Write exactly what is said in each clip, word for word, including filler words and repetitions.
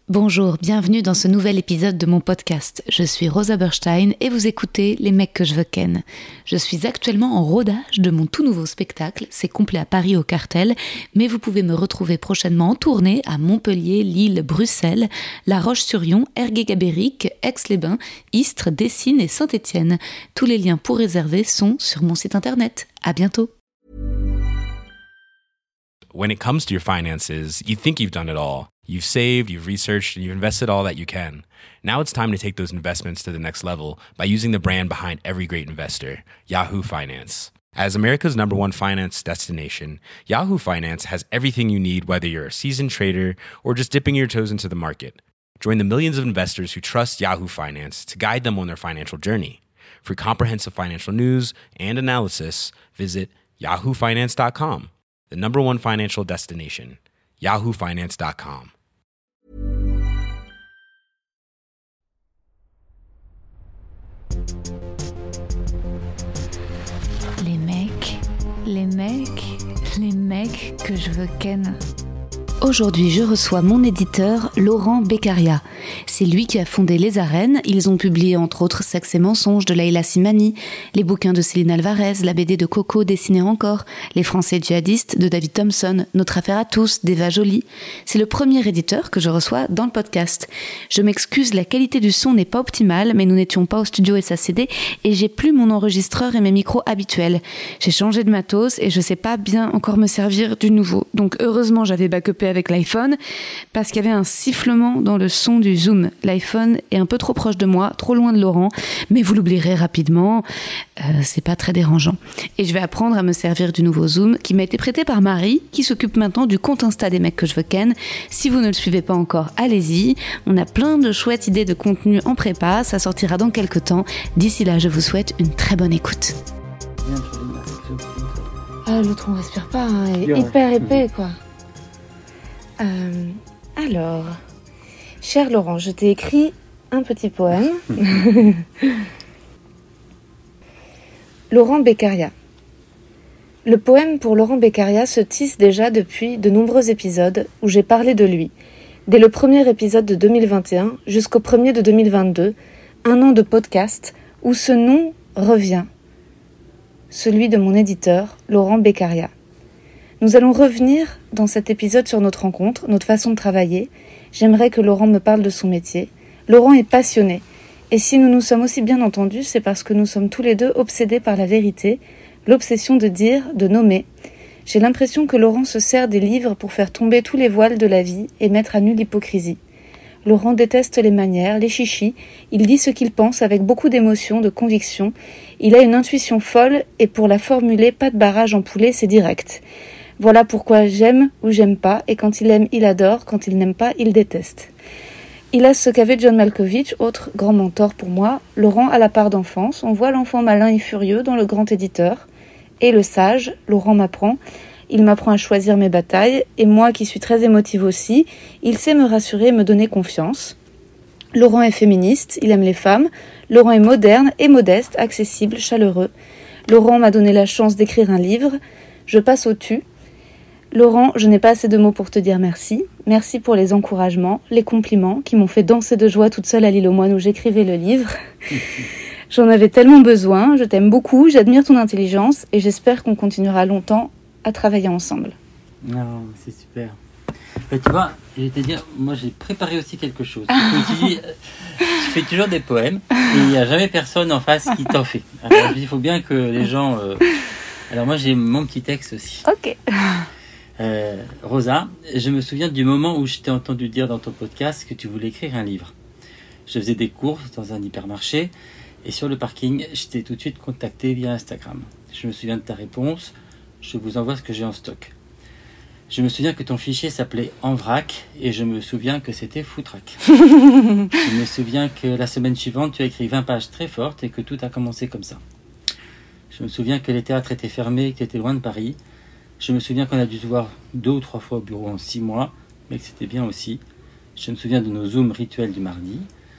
Bonjour, bienvenue dans ce nouvel épisode de mon podcast. Je suis Rosa Berstein et vous écoutez Les mecs que je veux ken. Je suis actuellement en rodage de mon tout nouveau spectacle, c'est complet à Paris au Cartel, mais vous pouvez me retrouver prochainement en tournée à Montpellier, Lille, Bruxelles, La Roche-sur-Yon, Ergué-Gabéric, Aix-les-Bains, Istres, Dessines et Saint-Étienne. Tous les liens pour réserver sont sur mon site internet. À bientôt. When it comes to your finances, you think you've done it all. You've saved, you've researched, and you've invested all that you can. Now it's time to take those investments to the next level by using the brand behind every great investor, Yahoo Finance. As America's number one finance destination, Yahoo Finance has everything you need, whether you're a seasoned trader or just dipping your toes into the market. Join the millions of investors who trust Yahoo Finance to guide them on their financial journey. For comprehensive financial news and analysis, visit yahoo finance dot com, the number one financial destination, yahoo finance dot com. Les mecs, les mecs, les mecs que je veux ken. Aujourd'hui, je reçois mon éditeur, Laurent Beccaria. C'est lui qui a fondé Les Arènes. Ils ont publié entre autres Sexe et mensonges de Leila Simani, les bouquins de Céline Alvarez, la B D de Coco dessinée encore, Les Français djihadistes de David Thompson, Notre affaire à tous d'Eva Joly. C'est le premier éditeur que je reçois dans le podcast. Je m'excuse, la qualité du son n'est pas optimale, mais nous n'étions pas au studio S A C D et j'ai plus mon enregistreur et mes micros habituels. J'ai changé de matos et je sais pas bien encore me servir du nouveau. Donc heureusement, j'avais backupé avec l'iPhone parce qu'il y avait un sifflement dans le son du Zoom. L'iPhone est un peu trop proche de moi, trop loin de Laurent, mais vous l'oublierez rapidement, euh, c'est pas très dérangeant. Et je vais apprendre à me servir du nouveau Zoom qui m'a été prêté par Marie, qui s'occupe maintenant du compte Insta des mecs que je veux ken. Si vous ne le suivez pas encore, allez-y. On a plein de chouettes idées de contenu en prépa, ça sortira dans quelques temps. D'ici là, je vous souhaite une très bonne écoute. Ah, l'autre on respire pas, hein, il est hyper épais quoi. Euh, alors, cher Laurent, je t'ai écrit un petit poème. Laurent Beccaria. Le poème pour Laurent Beccaria se tisse déjà depuis de nombreux épisodes où j'ai parlé de lui. Dès le premier épisode de deux mille vingt et un jusqu'au premier de deux mille vingt-deux, un an de podcast où ce nom revient. Celui de mon éditeur, Laurent Beccaria. Nous allons revenir dans cet épisode sur notre rencontre, notre façon de travailler. J'aimerais que Laurent me parle de son métier. Laurent est passionné. Et si nous nous sommes aussi bien entendus, c'est parce que nous sommes tous les deux obsédés par la vérité, l'obsession de dire, de nommer. J'ai l'impression que Laurent se sert des livres pour faire tomber tous les voiles de la vie et mettre à nu l'hypocrisie. Laurent déteste les manières, les chichis. Il dit ce qu'il pense avec beaucoup d'émotion, de conviction. Il a une intuition folle et pour la formuler, pas de barrage en poulet, c'est direct. Voilà pourquoi j'aime ou j'aime pas, et quand il aime, il adore, quand il n'aime pas, il déteste. Il a ce qu'avait John Malkovich, autre grand mentor pour moi. Laurent a la part d'enfance, on voit l'enfant malin et furieux dans le grand éditeur. Et le sage, Laurent m'apprend, il m'apprend à choisir mes batailles, et moi qui suis très émotive aussi, il sait me rassurer et me donner confiance. Laurent est féministe, il aime les femmes. Laurent est moderne et modeste, accessible, chaleureux. Laurent m'a donné la chance d'écrire un livre. Je passe au tu. Laurent, je n'ai pas assez de mots pour te dire merci. Merci pour les encouragements, les compliments qui m'ont fait danser de joie toute seule à l'île aux Moines où j'écrivais le livre. J'en avais tellement besoin, je t'aime beaucoup, j'admire ton intelligence et j'espère qu'on continuera longtemps à travailler ensemble. Non, c'est super. Mais tu vois, je vais te dire, moi j'ai préparé aussi quelque chose. Je me dis, je fais toujours des poèmes et il n'y a jamais personne en face qui t'en fait. Alors il faut bien que les gens... Euh... Alors moi j'ai mon petit texte aussi. Ok. Euh, Rosa, je me souviens du moment où je t'ai entendu dire dans ton podcast que tu voulais écrire un livre. Je faisais des courses dans un hypermarché et sur le parking, je t'ai tout de suite contacté via Instagram. Je me souviens de ta réponse, je vous envoie ce que j'ai en stock. Je me souviens que ton fichier s'appelait En Vrac et je me souviens que c'était foutraque. Je me souviens que la semaine suivante, tu as écrit vingt pages très fortes et que tout a commencé comme ça. Je me souviens que les théâtres étaient fermés et que tu étais loin de Paris. Je me souviens qu'on a dû se voir deux ou trois fois au bureau en six mois, mais que c'était bien aussi. Je me souviens de nos zooms rituels du mardi.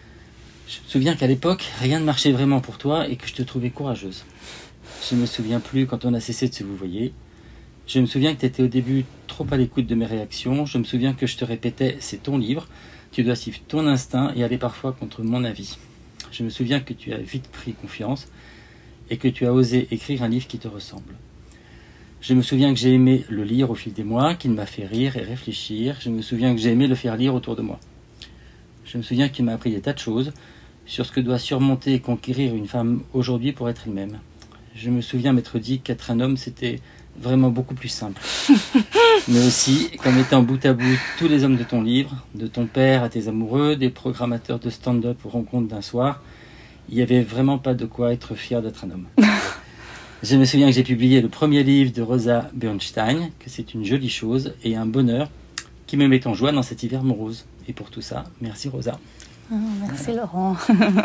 Je me souviens qu'à l'époque, rien ne marchait vraiment pour toi et que je te trouvais courageuse. Je ne me souviens plus quand on a cessé de se vouvoyer. Je me souviens que tu étais au début trop à l'écoute de mes réactions. Je me souviens que je te répétais « c'est ton livre ». Tu dois suivre ton instinct et aller parfois contre mon avis. Je me souviens que tu as vite pris confiance et que tu as osé écrire un livre qui te ressemble. Je me souviens que j'ai aimé le lire au fil des mois, qu'il m'a fait rire et réfléchir. Je me souviens que j'ai aimé le faire lire autour de moi. Je me souviens qu'il m'a appris des tas de choses sur ce que doit surmonter et conquérir une femme aujourd'hui pour être elle-même. Je me souviens m'être dit qu'être un homme, c'était vraiment beaucoup plus simple. Mais aussi, comme étant bout à bout tous les hommes de ton livre, de ton père à tes amoureux, des programmateurs de stand-up aux rencontres d'un soir, il n'y avait vraiment pas de quoi être fier d'être un homme. Je me souviens que j'ai publié le premier livre de Rosa Bernstein, que c'est une jolie chose et un bonheur qui me met en joie dans cet hiver morose. Et pour tout ça, merci Rosa. Oh, merci voilà. Laurent.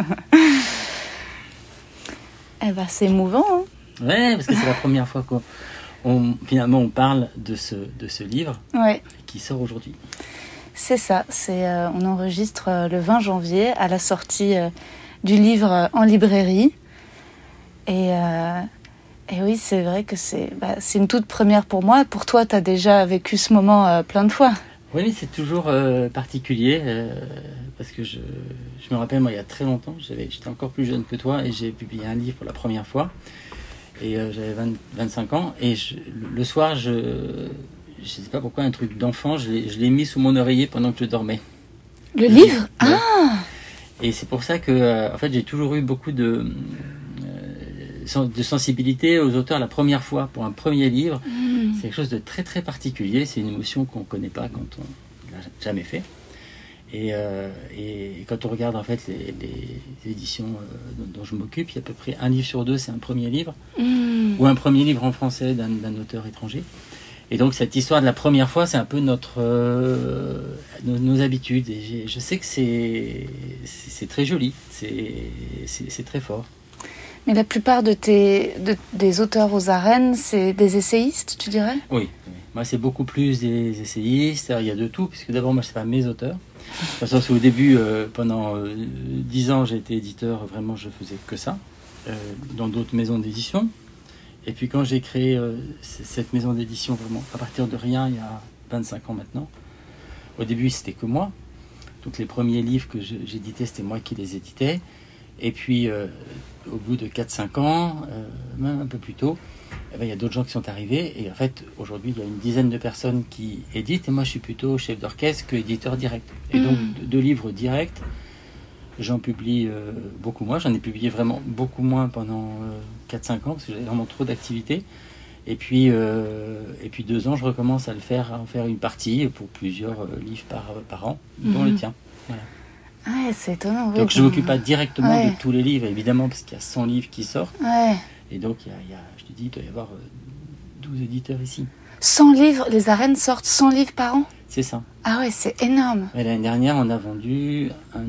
Eh ben, c'est émouvant. Hein. Ouais, parce que c'est la première fois qu'on on, finalement on parle de ce, de ce livre ouais. qui sort aujourd'hui. C'est ça. C'est, euh, on enregistre euh, le vingt janvier à la sortie euh, du livre euh, en librairie. Et... Euh, Et oui, c'est vrai que c'est, bah, c'est une toute première pour moi. Pour toi, tu as déjà vécu ce moment euh, plein de fois. Oui, mais c'est toujours euh, particulier. Euh, parce que je, je me rappelle, moi, il y a très longtemps, j'avais, j'étais encore plus jeune que toi et j'ai publié un livre pour la première fois. Et euh, j'avais vingt, vingt-cinq ans. Et je, le soir, je ne sais pas pourquoi, un truc d'enfant, je l'ai, je l'ai mis sous mon oreiller pendant que je dormais. Le, le livre, livre ouais. Ah. Et c'est pour ça que, euh, en fait, j'ai toujours eu beaucoup de... de sensibilité aux auteurs la première fois pour un premier livre. Mmh. C'est quelque chose de très très particulier, c'est une émotion qu'on ne connaît pas quand on ne l'a jamais fait. Et, euh, et quand on regarde en fait les, les éditions euh, dont, dont je m'occupe, il y a à peu près un livre sur deux, c'est un premier livre, mmh. ou un premier livre en français d'un, d'un auteur étranger. Et donc cette histoire de la première fois, c'est un peu notre, euh, nos, nos habitudes. Et j'ai, je sais que c'est, c'est, c'est très joli, c'est, c'est, c'est très fort. Mais la plupart de tes, de, des auteurs aux arènes, c'est des essayistes, tu dirais ? Oui, oui. Moi, c'est beaucoup plus des essayistes. Alors, il y a de tout, puisque d'abord, moi, c'est pas mes auteurs. Parce qu'au début, euh, pendant euh, dix ans, j'ai été éditeur. Vraiment, je faisais que ça, euh, dans d'autres maisons d'édition. Et puis, quand j'ai créé euh, cette maison d'édition, vraiment, à partir de rien, il y a vingt-cinq ans maintenant, au début, c'était que moi. Donc, les premiers livres que je, j'éditais, c'était moi qui les éditais. Et puis, euh, au bout de quatre cinq ans, euh, même un peu plus tôt, eh ben, il y a d'autres gens qui sont arrivés. Et en fait, aujourd'hui, il y a une dizaine de personnes qui éditent. Et moi, je suis plutôt chef d'orchestre que éditeur direct. Et mmh. donc, de, de livres directs, j'en publie euh, beaucoup moins. J'en ai publié vraiment beaucoup moins pendant euh, quatre cinq ans, parce que j'avais vraiment trop d'activités. Et puis, euh, et puis, deux ans, je recommence à le faire, à en faire une partie pour plusieurs euh, livres par, par an, dont mmh. le tien. Voilà. Ouais, c'est étonnant. Oui, donc je ne m'occupe pas directement ouais. de tous les livres, évidemment, parce qu'il y a cent livres qui sortent. Ouais. Et donc, il y a, il y a, je te dis, il doit y avoir douze éditeurs ici. cent livres, les arènes sortent cent livres par an ? C'est ça. Ah ouais, c'est énorme. Et l'année dernière, on a vendu, un,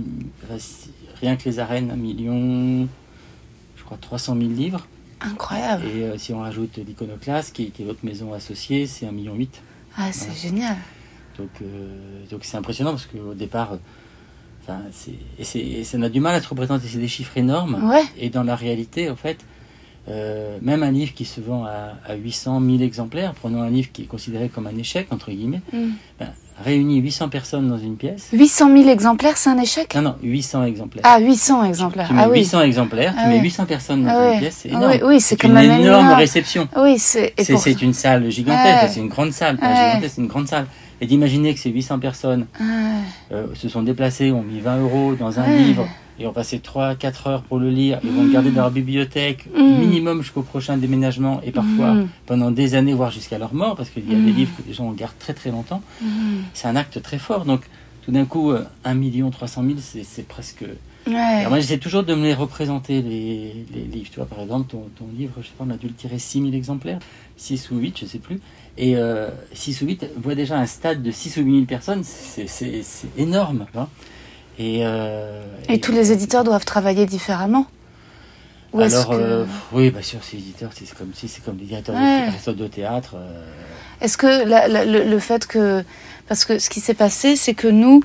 rien que les arènes, un million, je crois, trois cent mille livres. Incroyable. Et euh, si on rajoute l'Iconoclaste, qui, qui est votre maison associée, c'est un million huit. Ah, c'est voilà. Génial. Donc, euh, donc c'est impressionnant, parce qu'au départ... Enfin, c'est, et, c'est, et ça a du mal à se représenter, c'est des chiffres énormes. Ouais. Et dans la réalité, en fait, euh, même un livre qui se vend à, à huit cent mille exemplaires, prenons un livre qui est considéré comme un échec, entre guillemets, mm. ben, réunit huit cents personnes dans une pièce. huit cent mille exemplaires, c'est un échec ? Non, non, huit cents exemplaires. Ah, huit cents exemplaires. Tu, tu mets ah, oui. huit cents exemplaires, ah, tu mets oui. huit cents personnes dans ah, une oui. pièce, c'est ah, énorme. oui, oui, c'est, c'est quand une même énorme énorme. réception. Oui, c'est... C'est, pour... c'est une salle gigantesque, ah, c'est une grande salle, pas ah, gigantesque, c'est une grande salle. Et d'imaginer que ces huit cents personnes ah, euh, se sont déplacées, ont mis vingt euros dans un ouais. livre, et ont passé trois à quatre heures pour le lire, ils vont le garder dans leur bibliothèque, mmh. minimum jusqu'au prochain déménagement, et parfois mmh. pendant des années, voire jusqu'à leur mort, parce qu'il y a mmh. des livres que les gens gardent très très longtemps. Mmh. C'est un acte très fort. Donc, tout d'un coup, un million trois cent mille, c'est, c'est presque... Ouais. Alors moi, j'essaie toujours de me les représenter, les, les livres. Tu vois, par exemple, ton, ton livre, je sais pas, on a dû le tirer six mille exemplaires, six ou huit, je sais plus. Et euh, six ou huit, voit déjà un stade de six ou huit mille personnes, c'est, c'est, c'est énorme. Tu vois. Et, euh, et, et tous les éditeurs doivent travailler différemment. Ou alors, est-ce que... euh, oui, bien sûr, ces éditeurs, c'est comme si c'est comme les directeurs ouais. de, de théâtre. Euh... Est-ce que la, la, le, le fait que, parce que ce qui s'est passé, c'est que nous,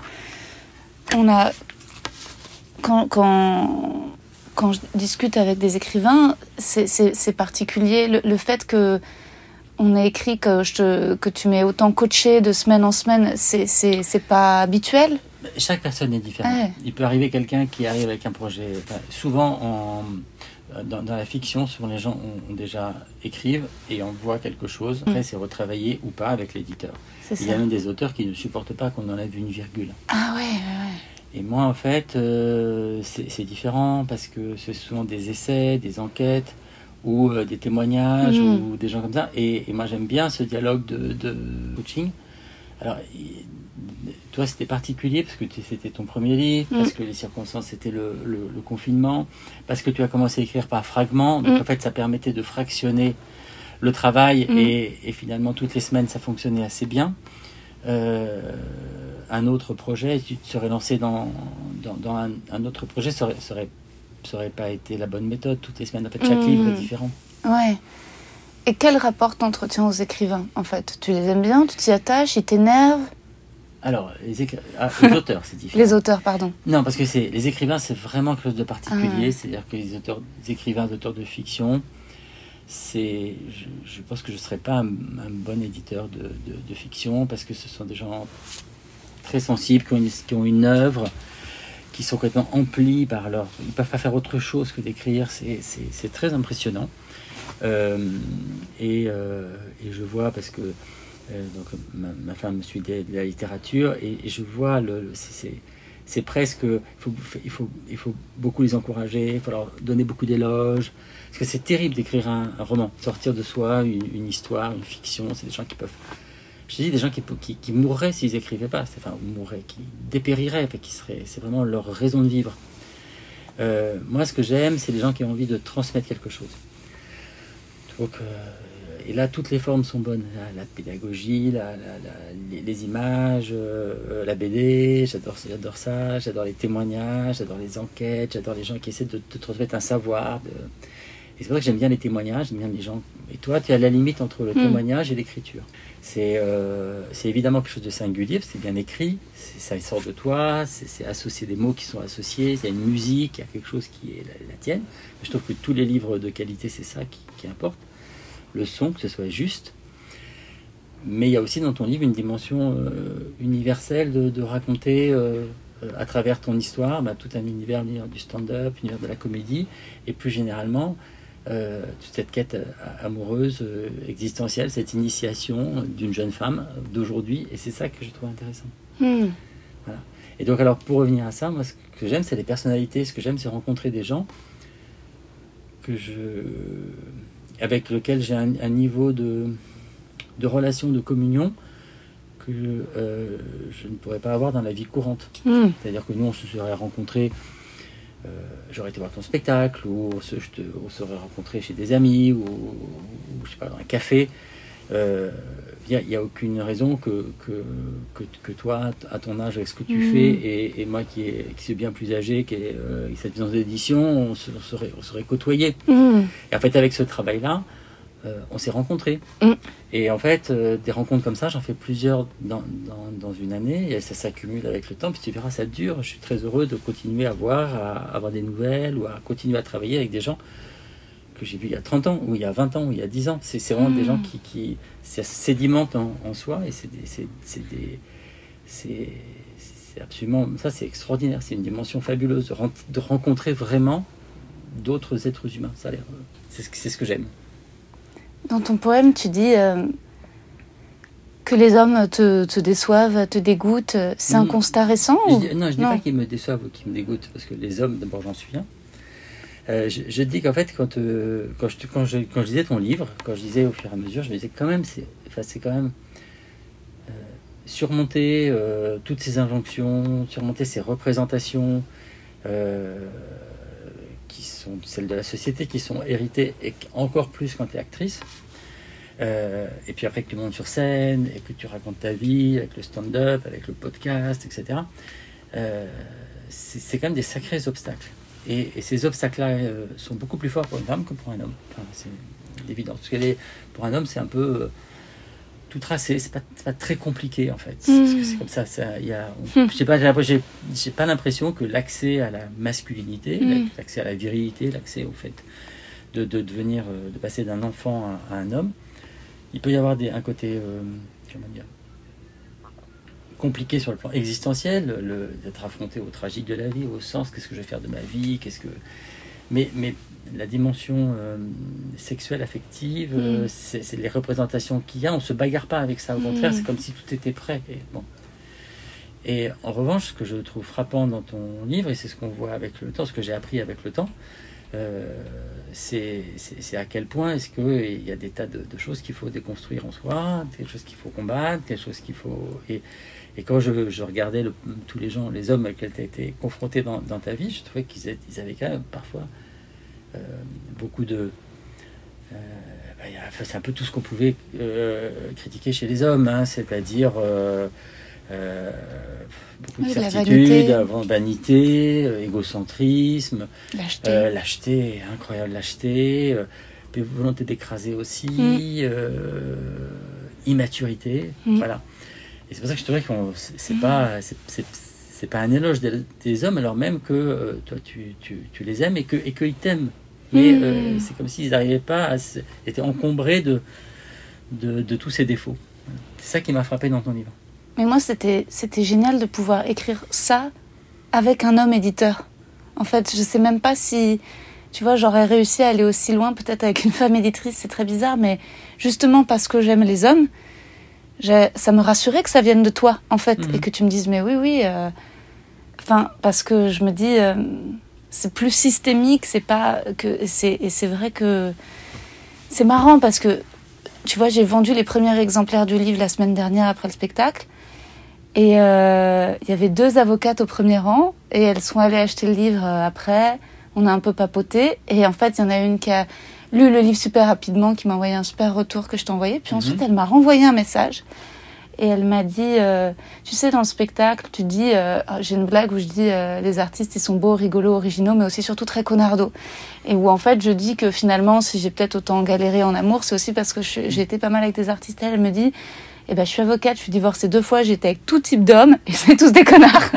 on a, quand quand quand je discute avec des écrivains, c'est c'est, c'est particulier le, le fait que on a écrit que je te, que tu m'aies autant coaché de semaine en semaine, c'est c'est c'est pas habituel. Chaque personne est différente. Ouais. Il peut arriver quelqu'un qui arrive avec un projet. Enfin, souvent, en, dans, dans la fiction, souvent les gens ont, ont déjà écrivent et on voit quelque chose. Après, Mm. c'est retravaillé ou pas avec l'éditeur. C'est Il y a ça. même des auteurs qui ne supportent pas qu'on enlève une virgule. Ah ouais, ouais, ouais. Et moi, en fait, euh, c'est, c'est différent parce que ce sont des essais, des enquêtes ou euh, des témoignages Mm. ou des gens comme ça. Et, et moi, j'aime bien ce dialogue de, de coaching. Alors, il- toi, c'était particulier parce que tu- c'était ton premier livre, Mm. parce que les circonstances, c'était le, le- le confinement, parce que tu as commencé à écrire par fragments. Donc, Mm. en fait, ça permettait de fractionner le travail Mm. et, et finalement, toutes les semaines, ça fonctionnait assez bien. Euh, un autre projet, tu te serais lancé dans, dans, dans un, un autre projet, ça aurait, ça aurait, ça aurait pas été la bonne méthode toutes les semaines. En fait, chaque Mm. livre est différent. Ouais. Et quel rapport t'entretiens aux écrivains, en fait? Tu les aimes bien? Tu t'y attaches? Ils t'énervent? Alors, les, écri- ah, les auteurs, c'est différent. Les auteurs, pardon. Non, parce que c'est, les écrivains, c'est vraiment quelque chose de particulier. Ah. C'est-à-dire que les, auteurs, les écrivains, les auteurs de fiction, c'est, je, je pense que je ne serais pas un, un bon éditeur de, de, de fiction parce que ce sont des gens très sensibles, qui ont une, qui ont une œuvre, qui sont complètement emplis par leur... Ils ne peuvent pas faire autre chose que d'écrire. C'est, c'est, c'est très impressionnant. Euh, et, euh, et je vois, parce que euh, donc, ma, ma femme suit de, de la littérature, et, et je vois, le, le- c'est, c'est, c'est presque... Il faut, il, faut, il faut beaucoup les encourager, il faut leur donner beaucoup d'éloges. Parce que c'est terrible d'écrire un, un roman, sortir de soi une, une histoire, une fiction. C'est des gens qui peuvent... Je dis des gens qui, qui, qui mourraient s'ils n'écrivaient pas, c'est, enfin, mourraient, qui dépériraient, enfin, qui seraient, c'est vraiment leur raison de vivre. Euh, moi, ce que j'aime, c'est les gens qui ont envie de transmettre quelque chose. Donc, euh, et là, toutes les formes sont bonnes. La, la pédagogie, la, la, la, les, les images, euh, la B D, j'adore, j'adore ça, j'adore les témoignages, j'adore les enquêtes, j'adore les gens qui essaient de te transmettre un savoir. De... Et c'est pour ça que j'aime bien les témoignages, j'aime bien les gens. Et toi, tu es à la limite entre le Mm. témoignage et l'écriture. C'est, euh, c'est évidemment quelque chose de singulier, parce que c'est bien écrit, c'est, ça sort de toi, c'est, c'est associé des mots qui sont associés, il y a une musique, il y a quelque chose qui est la, la tienne. Je trouve que tous les livres de qualité, c'est ça qui, qui importe. Le son, que ce soit juste. Mais il y a aussi dans ton livre une dimension euh, universelle de, de raconter euh, à travers ton histoire bah, tout un univers, l'univers du stand-up, l'univers de la comédie, et plus généralement euh, toute cette quête euh, amoureuse, euh, existentielle, cette initiation d'une jeune femme d'aujourd'hui, et c'est ça que je trouve intéressant. Hmm. Voilà. Et donc alors pour revenir à ça, moi ce que j'aime c'est les personnalités, ce que j'aime c'est rencontrer des gens que je... avec lesquels j'ai un, un niveau de, de relation, de communion que euh, je ne pourrais pas avoir dans la vie courante. Hmm. C'est-à-dire que nous on se serait rencontrés, euh, j'aurais été voir ton spectacle, ou on se, je te, on serait rencontrés chez des amis, ou, ou je sais pas, dans un café. Euh, il n'y a, a aucune raison que, que, que, que toi, à ton âge, avec ce que tu Mmh. fais, et, et moi qui, est, qui suis bien plus âgé, qui est euh, cette maison d'édition, on, se, on, serait, on serait côtoyés. Hmm. Et en fait, avec ce travail-là, euh, on s'est rencontrés. Mmh. Et en fait, euh, des rencontres comme ça, j'en fais plusieurs dans, dans, dans une année, et ça s'accumule avec le temps, puis tu verras, ça dure. Je suis très heureux de continuer à voir, à avoir des nouvelles, ou à continuer à travailler avec des gens que j'ai vus il y a trente ans, ou il y a vingt ans, ou il y a dix ans. C'est, c'est vraiment Mmh. des gens qui, qui ça sédimente en, en soi, et c'est, des, c'est, c'est, des, c'est, c'est absolument... Ça, c'est extraordinaire. C'est une dimension fabuleuse de, ren- de rencontrer vraiment d'autres êtres humains. Ça a l'air... C'est ce, que- c'est ce que j'aime. Dans ton poème, tu dis euh, que les hommes te, te déçoivent, te dégoûtent. C'est un Mm. constat récent Je ou... dis- non, je dis Non. pas qu'ils me déçoivent ou qu'ils me dégoûtent, parce que les hommes, d'abord, j'en suis un. Euh, je, je dis qu'en fait, quand, euh, quand, je, quand, je, quand je lisais ton livre, quand je lisais au fur et à mesure, je me disais quand même, c'est, enfin, c'est quand même euh, surmonter euh, toutes ces injonctions, surmonter ces représentations euh, qui sont celles de la société, qui sont héritées, et encore plus quand tu es actrice. Euh, et puis après que tu montes sur scène et que tu racontes ta vie avec le stand-up, avec le podcast, et cetera. Euh, c'est, c'est quand même des sacrés obstacles. Et, et ces obstacles-là euh, sont beaucoup plus forts pour une femme que pour un homme. Enfin, c'est évident. Parce que les, pour un homme, c'est un peu euh, tout tracé. C'est pas, c'est pas très compliqué en fait. Mmh. Parce que c'est comme ça. ça y a, on, je sais pas. J'ai, j'ai, j'ai pas l'impression que l'accès à la masculinité, Mmh. l'accès à la virilité, l'accès au fait de, de devenir, euh, de passer d'un enfant à, à un homme, il peut y avoir des, un côté, euh, comment dire, compliqué sur le plan existentiel, le, d'être affronté au tragique de la vie, au sens, qu'est-ce que je vais faire de ma vie, qu'est-ce que... Mais, mais la dimension euh, sexuelle, affective, mmh. euh, c'est, c'est les représentations qu'il y a, on ne se bagarre pas avec ça, au contraire, mmh. c'est comme si tout était prêt. Et, bon. Et en revanche, ce que je trouve frappant dans ton livre, et c'est ce qu'on voit avec le temps, ce que j'ai appris avec le temps, euh, c'est, c'est, c'est à quel point est-ce qu'il y a des tas de, de choses qu'il faut déconstruire en soi, des choses qu'il faut combattre, des choses qu'il faut... Et, et quand je, je regardais le, tous les gens, les hommes avec lesquels tu as été confronté dans, dans ta vie, je trouvais qu'ils avaient, ils avaient quand même parfois euh, beaucoup de... Euh, bah, c'est un peu tout ce qu'on pouvait euh, critiquer chez les hommes, hein, c'est-à-dire... Euh, Euh, beaucoup de oui, certitude, vanité, vanité euh, égocentrisme, lâcheté, euh, lâcheté incroyable lâcheté, euh, volonté d'écraser aussi, mm. euh, immaturité, mm. voilà. Et c'est pour ça que je trouvais que c'est, c'est mm. pas, c'est, c'est, c'est pas un éloge des, des hommes, alors même que euh, toi tu, tu, tu les aimes et que et qu'ils t'aiment, mais mm. euh, c'est comme s'ils n'arrivaient pas, à se, étaient encombrés de, de de tous ces défauts. C'est ça qui m'a frappé dans ton livre. Mais moi, c'était, c'était génial de pouvoir écrire ça avec un homme éditeur. En fait, je sais même pas si, tu vois, j'aurais réussi à aller aussi loin, peut-être avec une femme éditrice, c'est très bizarre, mais justement parce que j'aime les hommes, j'ai, ça me rassurait que ça vienne de toi, en fait, mmh. et que tu me dises, mais oui, oui, euh, enfin, parce que je me dis, euh, c'est plus systémique, c'est pas que, et c'est, et c'est vrai que c'est marrant parce que, tu vois, j'ai vendu les premiers exemplaires du livre la semaine dernière après le spectacle. Et euh, il y avait deux avocates au premier rang et elles sont allées acheter le livre après. On a un peu papoté et en fait, il y en a une qui a lu le livre super rapidement, qui m'a envoyé un super retour que je t'ai envoyé. Puis ensuite, mmh. elle m'a renvoyé un message et elle m'a dit, euh, tu sais, dans le spectacle, tu dis, euh, j'ai une blague où je dis, euh, les artistes, ils sont beaux, rigolos, originaux, mais aussi surtout très connardos. Et où en fait, je dis que finalement, si j'ai peut-être autant galéré en amour, c'est aussi parce que je, j'ai été pas mal avec des artistes. Elle me dit, eh ben, je suis avocate, je suis divorcée deux fois, j'étais avec tout type d'hommes, et c'est tous des connards.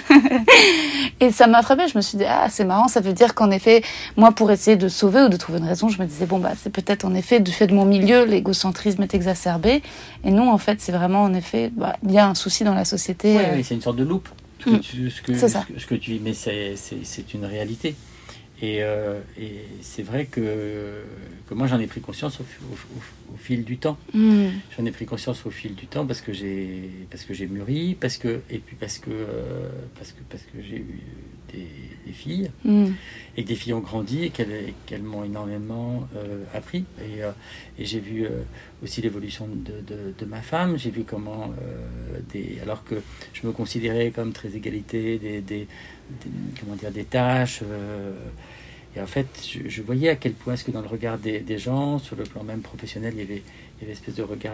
Et ça m'a frappée, je me suis dit, ah, c'est marrant, ça veut dire qu'en effet, moi, pour essayer de sauver ou de trouver une raison, je me disais, bon, bah, c'est peut-être en effet, du fait de mon milieu, l'égocentrisme est exacerbé. Et non, en fait, c'est vraiment, en effet, bah, il y a un souci dans la société. Oui, euh... oui, c'est une sorte de loupe. Ce que, mmh. tu, ce que, ce que, ce que tu, mais c'est, c'est, c'est une réalité. Et, euh, et c'est vrai que, que moi, j'en ai pris conscience au, au, au, au fil du temps. Mmh. J'en ai pris conscience au fil du temps parce que j'ai, parce que j'ai mûri, parce que, et puis parce que, euh, parce que, parce que j'ai eu des, des filles, mmh. et que des filles ont grandi et qu'elles, et qu'elles m'ont énormément euh, appris. Et, euh, et j'ai vu euh, aussi l'évolution de, de, de ma femme. J'ai vu comment, euh, des, alors que je me considérais comme très égalité, des, des, des comment dire, des tâches. Euh, Et en fait, je, je voyais à quel point est-ce que dans le regard des, des gens, sur le plan même professionnel, il y avait, il y avait une espèce de regard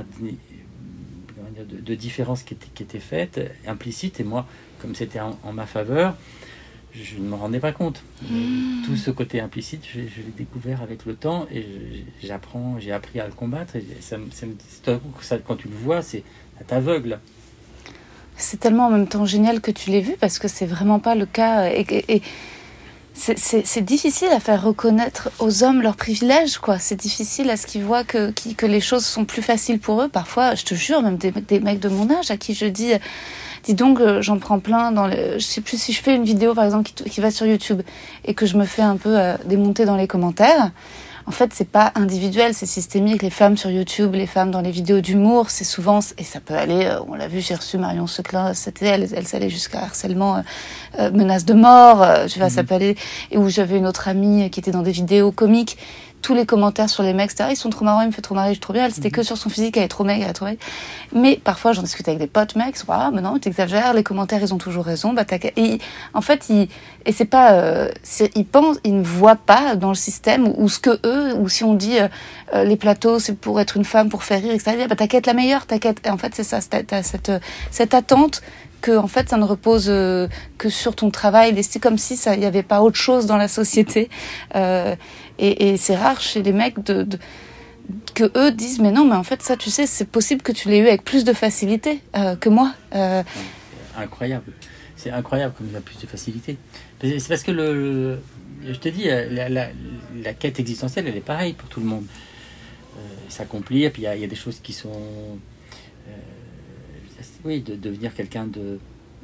de, de, de différence qui était, qui était faite, implicite. Et moi, comme c'était en, en ma faveur, je ne m'en rendais pas compte. Mmh. Tout ce côté implicite, je, je l'ai découvert avec le temps et je, j'apprends, j'ai appris à le combattre. Et ça, ça, ça, ça, quand tu le vois, c'est à t'aveugle. C'est tellement en même temps génial que tu l'aies vu parce que c'est vraiment pas le cas. Et, et, et... C'est, c'est, c'est difficile à faire reconnaître aux hommes leurs privilèges, quoi. C'est difficile à ce qu'ils voient que, qui, que les choses sont plus faciles pour eux. Parfois, je te jure, même des, des mecs de mon âge à qui je dis, dis donc, j'en prends plein dans le, je sais plus si je fais une vidéo, par exemple, qui, qui va sur YouTube et que je me fais un peu euh, démonter dans les commentaires. En fait, c'est pas individuel, c'est systémique. Les femmes sur YouTube, les femmes dans les vidéos d'humour, c'est souvent, et ça peut aller, on l'a vu, j'ai reçu Marion Seclin, c'était elle, elle s'allait jusqu'à harcèlement, euh, menace de mort, euh, tu vois, mmh. ça peut aller, et où j'avais une autre amie qui était dans des vidéos comiques, tous les commentaires sur les mecs, c'était, ah, ils sont trop marrants, il me fait trop marrer, je suis trop bien, elle, c'était mmh. que sur son physique, elle est trop maigre, elle est trop maigre. Mais parfois, j'en discute avec des potes mecs, ils sont, ah, mais non, t'exagères, les commentaires, ils ont toujours raison, bah, t'as, et en fait, ils, et c'est pas, euh, c'est, ils pensent, ils ne voient pas dans le système, ou, ou ce que eux, ou si on dit, euh, euh, les plateaux, c'est pour être une femme, pour faire rire, et cetera, bah, t'as qu'à être la meilleure, t'as qu'à être, et en fait, c'est ça, t'as, t'as cette, cette attente, que en fait ça ne repose euh, que sur ton travail, c'est comme si ça, il y avait pas autre chose dans la société, euh, et, et c'est rare chez les mecs de, de que eux disent mais non, mais en fait ça, tu sais, c'est possible que tu l'aies eu avec plus de facilité euh, que moi. Euh... C'est incroyable, c'est incroyable comme il y a plus de facilité. C'est parce que le, le je te dis, la, la, la quête existentielle, elle est pareille pour tout le monde. Euh, s'accomplir, puis il y, y a des choses qui sont euh, oui, de devenir quelqu'un de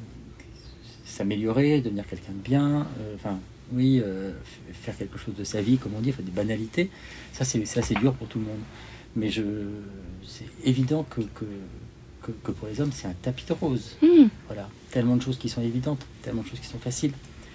s'améliorer, devenir quelqu'un de bien, enfin euh, oui, euh, faire quelque chose de sa vie, comme on dit, enfin, des banalités. Ça c'est ça c'est dur pour tout le monde. Mais je, c'est évident que, que que, que pour les hommes c'est un tapis de rose. Mmh. Voilà, tellement de choses qui sont évidentes, tellement de choses qui sont faciles.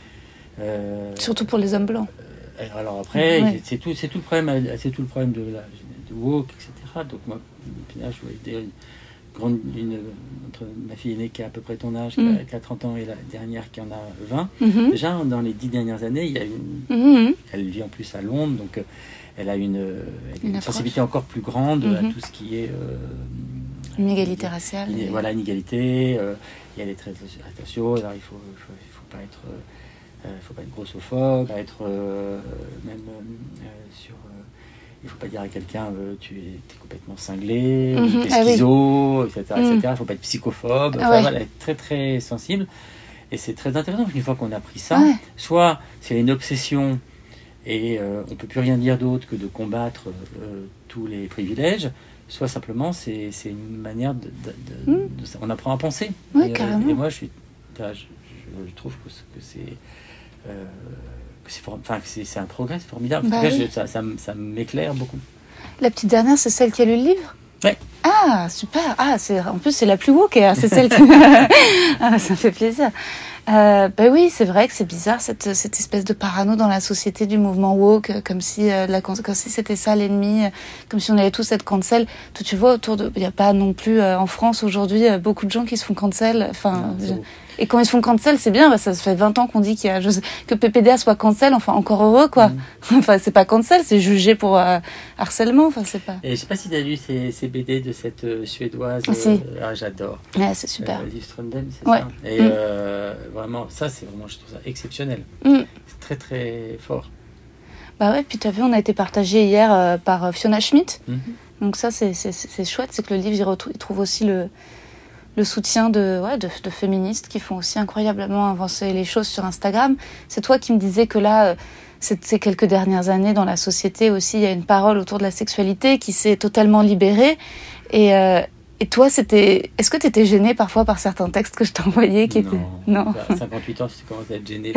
Euh, Surtout pour les hommes blancs. Euh, alors après, ouais. c'est tout, c'est tout le problème, c'est tout le problème de la de woke, et cetera. Donc moi, là, je voyais une grande, une, entre ma fille aînée qui a à peu près ton âge, mmh. qui, a, qui a trente ans, et la dernière qui en a vingt. Mmh. Déjà, dans les dix dernières années, il y a une, mmh. elle vit en plus à Londres, donc elle a une, elle a une, une sensibilité encore plus grande mmh. à tout ce qui est euh, inégalité raciale. Une, et... Voilà, inégalité. Euh, il y a les traits raciaux. Alors il faut, il faut, il faut pas être, il euh, faut pas être grossophobe, pas être euh, même euh, sur. Euh, il faut pas dire à quelqu'un euh, tu es, es complètement cinglé, mmh, tu es schizo, ah oui. et cetera, et cetera. Il faut pas être psychophobe. Ah enfin, ouais. Voilà, être très très sensible. Et c'est très intéressant. Une fois qu'on a pris ça, ouais. soit c'est une obsession. Et euh, on ne peut plus rien dire d'autre que de combattre euh, tous les privilèges, soit simplement c'est, c'est une manière de, de, de, mmh. de, de... On apprend à penser. Ouais, et, carrément. et moi, je, suis, je, je trouve que, que c'est... Euh, que c'est, for... enfin, que c'est, c'est un progrès, c'est formidable. Bah en tout cas, oui. je, ça, ça, ça m'éclaire beaucoup. La petite dernière, c'est celle qui a lu le livre ? Ouais. Ah, super. Ah, c'est, en plus, c'est la plus woke. Hein. C'est celle qui... ah, ça fait plaisir. Euh, ben oui, c'est vrai que c'est bizarre cette cette espèce de parano dans la société du mouvement woke, comme si euh, la comme si c'était ça l'ennemi, comme si on allait tous être cancel. Toi, tu vois, autour de, il y a pas non plus euh, en France aujourd'hui euh, beaucoup de gens qui se font cancel. Enfin, non, et quand ils se font cancel, c'est bien. Bah, ça fait vingt ans qu'on dit qu'il y a je sais, que P P D A soit cancel. Enfin, encore heureux quoi. Mmh. Enfin, c'est pas cancel, c'est jugé pour euh, harcèlement. Enfin, c'est pas. Et je sais pas si tu as lu ces, ces B D de cette euh, suédoise. Ah, si. euh, ah, j'adore. Ouais, c'est super. Euh, Liv Strömden, c'est ouais. ça. Et mmh. euh, vraiment, ça, c'est vraiment, je trouve ça exceptionnel. Mmh. C'est très, très fort. Bah ouais, puis tu as vu, on a été partagé hier euh, par Fiona Schmidt. Mmh. Donc ça, c'est, c'est, c'est chouette, c'est que le livre, il, retrouve, il trouve aussi le, le soutien de, ouais, de, de féministes qui font aussi incroyablement avancer les choses sur Instagram. C'est toi qui me disais que là, euh, ces quelques dernières années, dans la société aussi, il y a une parole autour de la sexualité qui s'est totalement libérée. Et... Euh, Et toi, c'était... Est-ce que tu étais gênée parfois par certains textes que je t'envoyais qui non, étaient... Non. À cinquante-huit ans, si tu commences à être gênée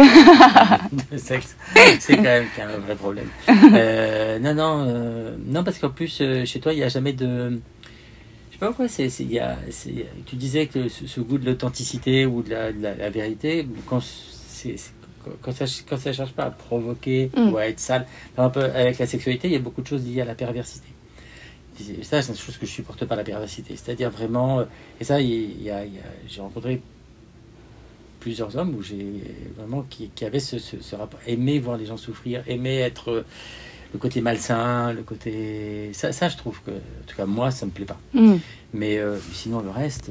de sexe, c'est quand même un vrai problème. Euh, non, non, euh, non, parce qu'en plus, euh, chez toi, il n'y a jamais de... Je sais pas pourquoi, c'est, c'est, y a, c'est, tu disais que ce, ce goût de l'authenticité ou de la, de la, la vérité, quand, c'est, c'est, quand ça quand ça cherche pas à provoquer mm. ou à être sale, par exemple, avec la sexualité, il y a beaucoup de choses liées à la perversité. Ça, c'est une chose que je supporte pas, la perversité. C'est-à-dire vraiment... Et ça, il y a, il y a, j'ai rencontré plusieurs hommes où j'ai vraiment qui, qui avaient ce, ce, ce rapport. Aimer voir les gens souffrir, aimer être le côté malsain, le côté... Ça, ça je trouve que... En tout cas, moi, ça me plaît pas. Mm. Mais euh, sinon, le reste...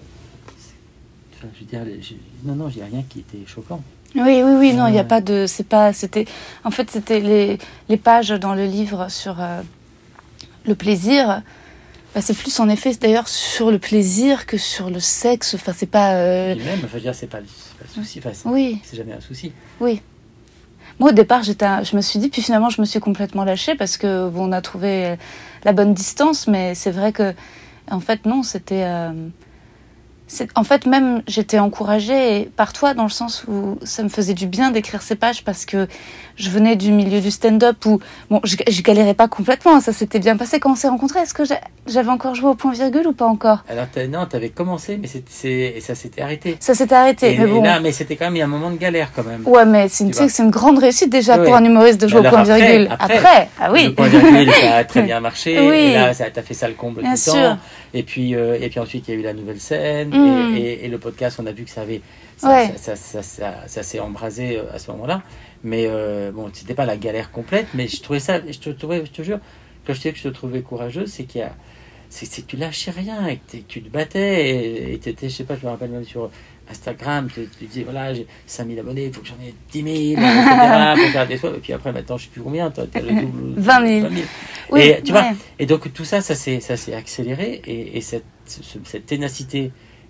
Euh, je veux dire, j'ai, non, non, j'ai rien qui était choquant. Oui, oui, oui, non, il n'y a pas de... C'est pas... C'était... En fait, c'était les, les pages dans le livre sur... Euh, le plaisir, bah c'est plus en effet d'ailleurs sur le plaisir que sur le sexe. Enfin, c'est pas. Euh... Et même, enfin, dire, c'est pas, c'est pas le souci. Enfin, c'est, oui. C'est jamais un souci. Oui. Moi, au départ, j'étais, je me suis dit, puis finalement, je me suis complètement lâchée parce que bon, on a trouvé la bonne distance, mais c'est vrai que, en fait, non, c'était. Euh... C'est, en fait, même, j'étais encouragée par toi dans le sens où ça me faisait du bien d'écrire ces pages parce que je venais du milieu du stand-up où, bon, je, je galérais pas complètement, ça s'était bien passé quand on s'est rencontrés. Est-ce que j'avais encore joué au point-virgule ou pas encore ? Alors, t'as, non, t'avais commencé, mais c'est, c'est, et ça s'était arrêté. Ça s'était arrêté, et, mais bon. Et là, mais c'était quand même, il y a un moment de galère quand même. Ouais, mais c'est une, tu sais, c'est une grande réussite déjà ouais. pour un humoriste de jouer alors au point-virgule. Après, après, après, ah oui. Le point-virgule, ça a très bien marché. Oui. Et là, ça t'a fait ça le comble bien du sûr. temps. Et puis, euh, et puis ensuite, il y a eu la nouvelle scène. Mm. Et, et, et le podcast, on a vu que ça avait, ça, ouais. ça, ça, ça, ça, ça, ça s'est embrasé à ce moment-là. Mais euh, bon, c'était pas la galère complète, mais je trouvais ça, je te trouvais, je te jure, quand je disais que je te trouvais courageuse, c'est qu'il y a, c'est, c'est que tu lâchais rien, et que tu te battais, et tu étais, je sais pas, je me rappelle même sur Instagram, tu, tu disais, voilà, j'ai cinq mille abonnés, il faut que j'en ai dix mille, et cetera, pour faire des soins, et puis après, maintenant, je sais plus combien, tu as le double. vingt mille. vingt mille. Oui, et tu ouais. vois, et donc tout ça, ça s'est, ça s'est accéléré, et, et cette, ce, cette ténacité,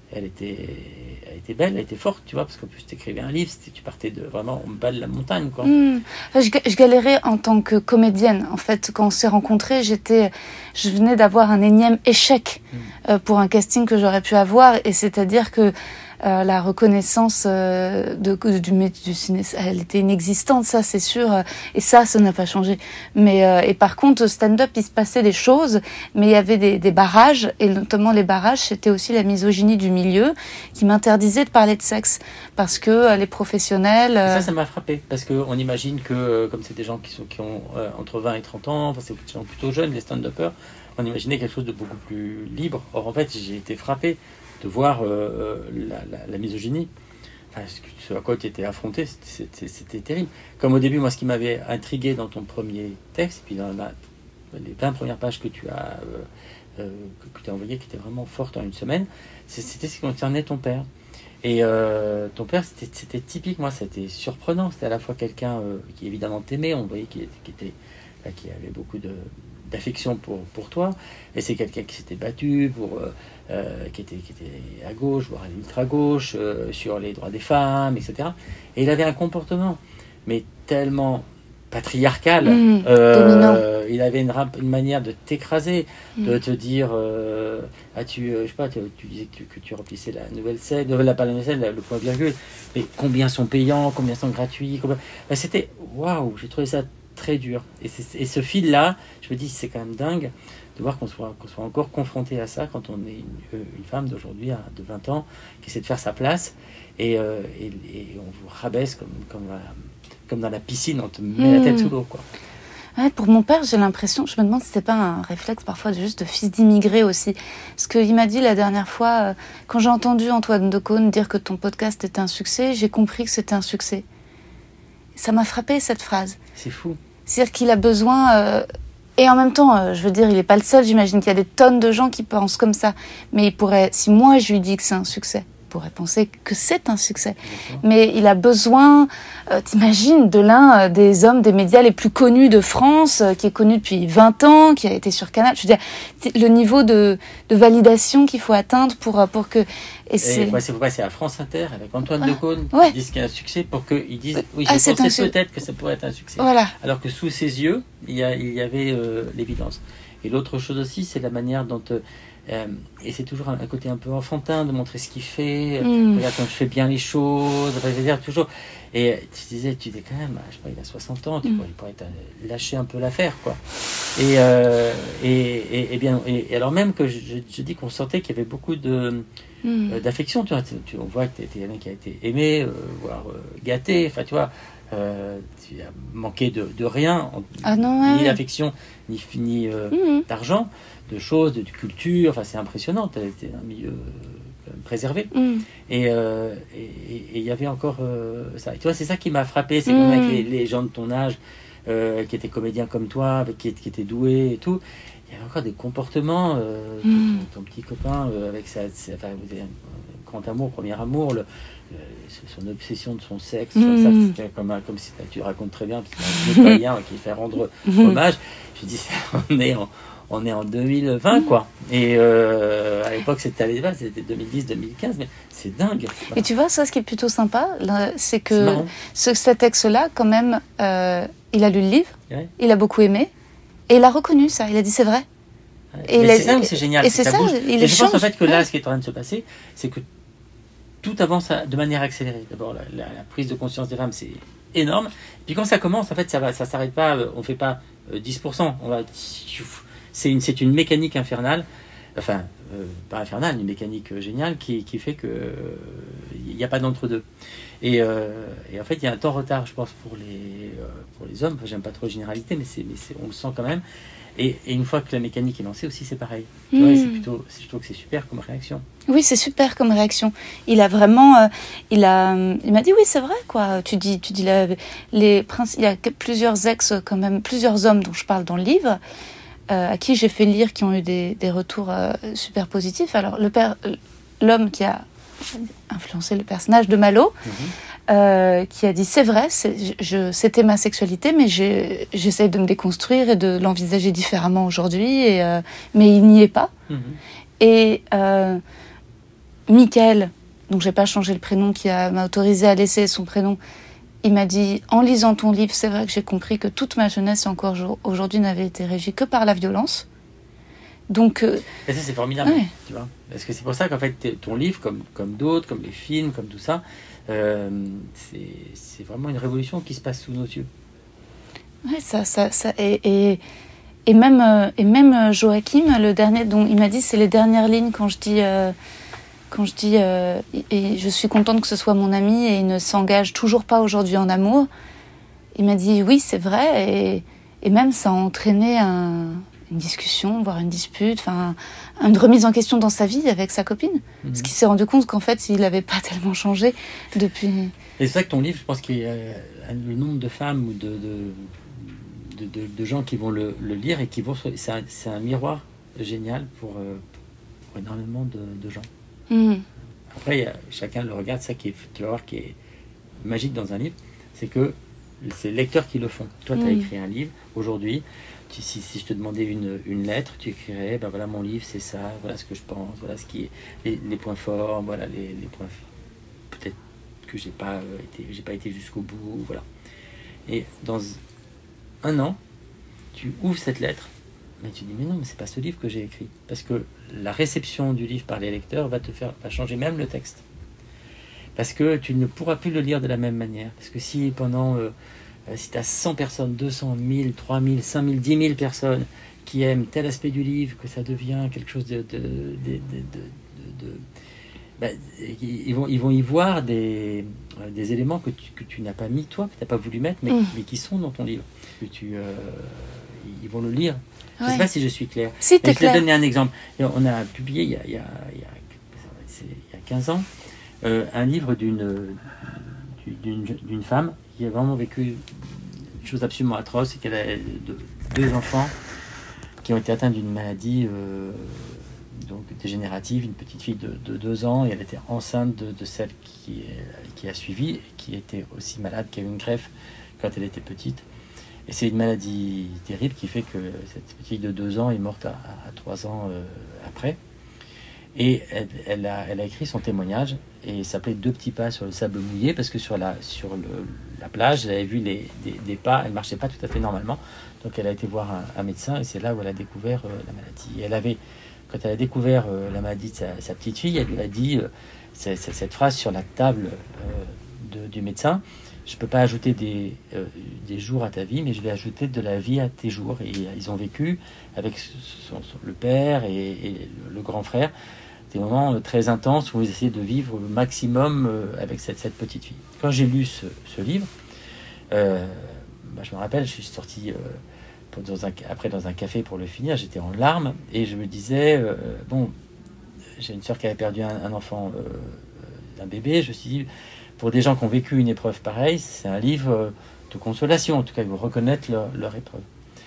elle était, elle était belle, elle était forte, tu vois, parce qu'en plus tu écrivais un livre, tu partais de vraiment en bas de la montagne, quoi. Mmh. Je, je galérais en tant que comédienne. En fait, quand on s'est rencontrés, j'étais, je venais d'avoir un énième échec mmh. euh, pour un casting que j'aurais pu avoir, et c'est-à-dire que Euh, la reconnaissance euh, de, de, du, du ciné, elle était inexistante, ça c'est sûr, euh, et ça, ça n'a pas changé. Mais euh, et par contre, au stand-up, il se passait des choses, mais il y avait des, des barrages, et notamment les barrages, c'était aussi la misogynie du milieu qui m'interdisait de parler de sexe, parce que euh, les professionnels... Euh... Ça, ça m'a frappé, parce qu'on imagine que, euh, comme c'est des gens qui, sont, qui ont euh, entre vingt et trente ans, enfin, c'est des gens plutôt jeunes, les stand-uppers, on imaginait quelque chose de beaucoup plus libre. Or, en fait, j'ai été frappé de voir euh, la, la, la misogynie, enfin, ce à quoi tu étais affronté, c'était, c'était, c'était terrible. Comme au début, moi, ce qui m'avait intrigué dans ton premier texte, puis dans la, les vingt premières pages que tu as, euh, euh, que tu as envoyées, qui étaient vraiment fortes en une semaine, c'était ce qui concernait ton père. Et euh, ton père, c'était, c'était typique, moi, c'était surprenant. C'était à la fois quelqu'un euh, qui évidemment t'aimait, on voyait qu'il qui était, bah, qui avait beaucoup de d'affection pour, pour toi, et c'est quelqu'un qui s'était battu pour euh, euh, qui était qui était à gauche, voire à l'ultra gauche, euh, sur les droits des femmes, et cetera. Et il avait un comportement mais tellement patriarcal, mmh, euh, il avait une, une manière de t'écraser, mmh. de te dire euh, ah tu euh, je sais pas tu, tu disais que tu, que tu remplissais la nouvelle scène, la pas la nouvelle scène, le point virgule, mais combien sont payants, combien sont gratuits, combien... Ben, c'était waouh, j'ai trouvé ça très dur. Et, c'est, et ce fil-là, je me dis, c'est quand même dingue de voir qu'on soit, qu'on soit encore confronté à ça quand on est une, une femme d'aujourd'hui, de vingt ans, qui essaie de faire sa place, et, euh, et, et on vous rabaisse comme, comme, euh, comme dans la piscine, on te met mmh. la tête sous l'eau, quoi. Ouais, pour mon père, j'ai l'impression, je me demande si c'était pas un réflexe parfois de juste de fils d'immigré aussi. Parce qu'il m'a dit la dernière fois, euh, quand j'ai entendu Antoine Decaune dire que ton podcast était un succès, j'ai compris que c'était un succès. Ça m'a frappé, cette phrase. C'est fou. C'est-à-dire qu'il a besoin... Euh, et en même temps, euh, je veux dire, il n'est pas le seul. J'imagine qu'il y a des tonnes de gens qui pensent comme ça. Mais il pourrait... Si moi, je lui dis que c'est un succès, il pourrait penser que c'est un succès. D'accord. Mais il a besoin, euh, t'imagines, de l'un euh, des hommes des médias les plus connus de France, euh, qui est connu depuis vingt ans, qui a été sur Canal. Je veux dire, le niveau de, de validation qu'il faut atteindre pour, pour que... Et, et c'est... Ouais, c'est pourquoi c'est à France Inter, avec Antoine ouais. Decaune, ouais. qui disent qu'il y a un succès, pour qu'ils disent, oui, ah, je pensais su... peut-être que ça pourrait être un succès. Voilà. Alors que sous ses yeux, il y, a, il y avait euh, l'évidence. Et l'autre chose aussi, c'est la manière dont... Euh, Euh, et c'est toujours un, un côté un peu enfantin de montrer ce qu'il fait. Mmh. Regarde quand je fais bien les choses. Enfin, je veux dire, toujours. Et tu disais, tu dis quand même, je sais pas, il a soixante ans, tu mmh. pourrais, il pourrait lâcher un peu l'affaire, quoi. Et, euh, et, et, et bien, et, et alors même que je, je, je dis qu'on sentait qu'il y avait beaucoup de mmh. euh, d'affection. Tu vois, tu, on voit que tu étais quelqu'un qui a été aimé, euh, voire euh, gâté. Enfin, tu vois. Euh, tu as manqué de, de rien, ah non, ni ouais. d'affection, ni, ni euh, mmh. d'argent, de choses, de, de culture. Enfin, c'est impressionnant. C'était un milieu euh, préservé. Mmh. Et il euh, et, et y avait encore euh, ça. Et tu vois, c'est ça qui m'a frappé. C'est mmh. comme avec les, les gens de ton âge euh, qui étaient comédiens comme toi, avec, qui, qui étaient doués et tout. Il y avait encore des comportements. Euh, mmh. ton, ton petit copain euh, avec sa, sa enfin, vous avez un grand amour, premier amour. Le, son obsession de son sexe, mmh. ça, c'était comme, comme si tu racontes très bien, parce qu'il y a un nettoyant qui fait rendre hommage. Je dis, on est en, on est en deux mille vingt, quoi. Et euh, à l'époque, c'était à l'époque, c'était deux mille dix deux mille quinze, mais c'est dingue. Et tu vois, ça, ce qui est plutôt sympa, là, c'est que c'est ce, cet ex-là, quand même, euh, il a lu le livre, ouais. il a beaucoup aimé, et il a reconnu ça. Il a dit, c'est vrai. Ouais. Et mais c'est ça, c'est génial. Et c'est ça, bouge. il et je change. pense en fait que là, ouais. ce qui est en train de se passer, c'est que tout avance de manière accélérée. D'abord, la, la, la prise de conscience des femmes, c'est énorme. Puis quand ça commence, en fait, ça va, ça s'arrête pas. On fait pas euh, dix pour cent. On va, c'est une, c'est une mécanique infernale. Enfin, euh, pas infernale, une mécanique euh, géniale qui, qui fait que il euh, n'y a pas d'entre-deux. Et, euh, et en fait, il y a un temps retard, je pense, pour les euh, pour les hommes. Enfin, j'aime pas trop les généralités, mais c'est, mais c'est, on le sent quand même. Et, et une fois que la mécanique est lancée aussi, c'est pareil. Mmh. Tu vois, c'est plutôt, je trouve que c'est super comme réaction. Oui, c'est super comme réaction. Il a vraiment, euh, il a, il m'a dit oui, c'est vrai quoi. Tu dis, tu dis la, les princes. Il y a plusieurs ex quand même, plusieurs hommes dont je parle dans le livre, euh, à qui j'ai fait lire, qui ont eu des, des retours euh, super positifs. Alors le père, l'homme qui a influencé le personnage de Malo. Mmh. Euh, qui a dit c'est vrai, c'est, je, c'était ma sexualité, mais j'ai, j'essaie de me déconstruire et de l'envisager différemment aujourd'hui, et, euh, mais il n'y est pas. Mmh. Et, euh, Michael, donc j'ai pas changé le prénom, qui a, m'a autorisé à laisser son prénom, il m'a dit, en lisant ton livre, c'est vrai que j'ai compris que toute ma jeunesse, encore aujourd'hui, n'avait été régie que par la violence. Donc, euh, et ça, c'est formidable, ouais. tu vois. Parce que c'est pour ça qu'en fait, ton livre, comme, comme d'autres, comme les films, comme tout ça, euh, c'est, c'est vraiment une révolution qui se passe sous nos yeux. Ouais, ça, ça, ça, et, et, et même, euh, et même Joachim, le dernier, dont il m'a dit, c'est les dernières lignes quand je dis, euh, quand je dis, euh, et je suis contente que ce soit mon ami et il ne s'engage toujours pas aujourd'hui en amour. Il m'a dit, oui, c'est vrai, et, et même ça a entraîné un une discussion, voire une dispute, enfin une remise en question dans sa vie avec sa copine, mmh. parce qu'il s'est rendu compte qu'en fait il n'avait pas tellement changé depuis. Et c'est ça que ton livre, je pense qu'il y a le nombre de femmes ou de, de, de, de, de gens qui vont le, le lire et qui vont, c'est un, c'est un miroir génial pour, pour énormément de, de gens. Mmh. Après, il y a, chacun le regarde, ça qui est, tu vas voir, qui est magique dans un livre, c'est que c'est les lecteurs qui le font. Toi, tu as mmh. écrit un livre aujourd'hui. Tu, si, si je te demandais une, une lettre, tu écrirais, ben voilà mon livre, c'est ça, voilà ce que je pense, voilà ce qui est les, les points forts, voilà les, les points peut-être que j'ai pas euh, été, j'ai pas été jusqu'au bout, voilà. Et dans un an, tu ouvres cette lettre, mais tu dis mais non, mais c'est pas ce livre que j'ai écrit, parce que la réception du livre par les lecteurs va te faire, va changer même le texte, parce que tu ne pourras plus le lire de la même manière, parce que si pendant euh, si tu as cent personnes, deux cents, mille, trois mille, cinq mille, dix mille personnes qui aiment tel aspect du livre, que ça devient quelque chose de... de, de, de, de, de ben, ils, vont, ils vont y voir des, des éléments que tu, que tu n'as pas mis, toi, que tu n'as pas voulu mettre, mais, mmh. mais qui sont dans ton livre. Que tu, euh, ils vont le lire. Je ne ouais. sais pas si je suis clair. Si, t'es je clair. vais te donner un exemple. On a publié il y a, il y a, il y a, c'est, il y a quinze ans euh, un livre d'une, d'une, d'une femme qui a vraiment vécu une chose absolument atroce, c'est qu'elle a de, deux enfants qui ont été atteints d'une maladie euh, donc dégénérative, une petite fille de, de deux ans, et elle était enceinte de, de celle qui, qui a suivi, qui était aussi malade, qui a eu une greffe quand elle était petite. Et c'est une maladie terrible qui fait que cette petite fille de deux ans est morte à, à trois ans euh, après. Et elle, elle, a, elle a écrit son témoignage, et il s'appelait Deux petits pas sur le sable mouillé, parce que sur la, sur le, la plage, elle avait vu les, des, des pas, elle ne marchait pas tout à fait normalement. Donc elle a été voir un, un médecin, et c'est là où elle a découvert euh, la maladie. Et elle avait, quand elle a découvert euh, la maladie de sa, sa petite fille, elle lui a dit euh, c'est, c'est cette phrase sur la table euh, de, du médecin: je ne peux pas ajouter des, euh, des jours à ta vie, mais je vais ajouter de la vie à tes jours. Et ils ont vécu avec son, son, le père et, et le grand frère des moments très intenses où ils essayaient de vivre le maximum avec cette, cette petite fille. Quand j'ai lu ce, ce livre, euh, bah je me rappelle, je suis sorti euh, pour, dans un, après dans un café pour le finir, j'étais en larmes, et je me disais, euh, bon, j'ai une sœur qui avait perdu un, un enfant, euh, un bébé, je me suis dit, pour des gens qui ont vécu une épreuve pareille, c'est un livre de consolation, en tout cas, ils vont reconnaître leur, leur épreuve.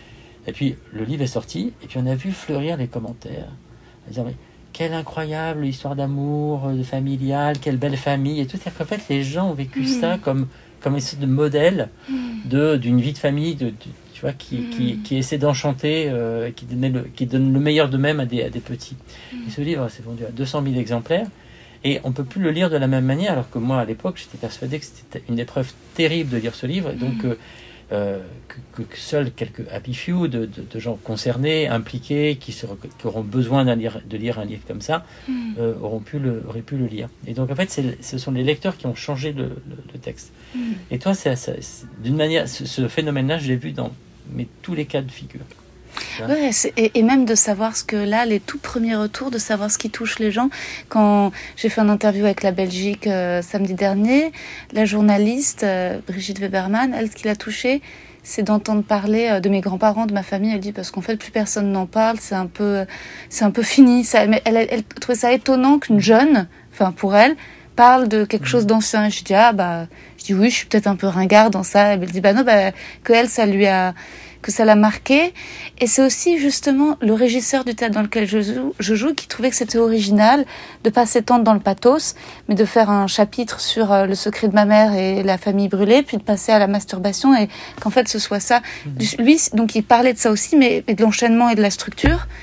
Et puis, le livre est sorti, et puis on a vu fleurir les commentaires, à dire, mais quelle incroyable histoire d'amour, de familiale, quelle belle famille, et tout. C'est-à-dire qu'en fait, les gens ont vécu mmh. ça comme, comme une sorte de modèle de, d'une vie de famille, de, de, tu vois, qui, mmh. qui, qui essaie d'enchanter, euh, qui, le, qui donne le meilleur d'eux-mêmes à des, à des petits. Mmh. Et ce livre s'est vendu à deux cent mille exemplaires, et on ne peut plus le lire de la même manière, alors que moi, à l'époque, j'étais persuadé que c'était une épreuve terrible de lire ce livre, et donc... Mmh. Euh, Euh, que, que seuls quelques happy few de, de, de gens concernés, impliqués, qui, se, qui auront besoin d'un lire, de lire un livre comme ça, mmh. euh, auront pu le, auraient pu le lire. Et donc en fait, c'est, ce sont les lecteurs qui ont changé le, le, le texte. Mmh. Et toi, c'est, c'est, c'est, d'une manière, ce, ce phénomène-là, je l'ai vu dans mais, tous les cas de figure. Ouais, c'est, et, et même de savoir ce que là, les tout premiers retours, de savoir ce qui touche les gens. Quand j'ai fait une interview avec la Belgique euh, samedi dernier, la journaliste euh, Brigitte Weberman, elle, ce qui l'a touchée, c'est d'entendre parler euh, de mes grands-parents, de ma famille. Elle dit parce qu'en fait, plus personne n'en parle, c'est un peu, c'est un peu fini. Ça, elle, elle, elle trouvait ça étonnant qu'une jeune, enfin pour elle, parle de quelque chose d'ancien. Je dis ah bah, je dis oui, je suis peut-être un peu ringarde dans ça. Elle dit bah non, bah que elle, ça lui a que ça l'a marqué. Et c'est aussi justement le régisseur du théâtre dans lequel je joue, je joue qui trouvait que c'était original de pas s'étendre dans le pathos, mais de faire un chapitre sur euh, le secret de ma mère et la famille brûlée, puis de passer à la masturbation, et qu'en fait ce soit ça. Mmh. Lui, donc il parlait de ça aussi, mais, mais de l'enchaînement et de la structure.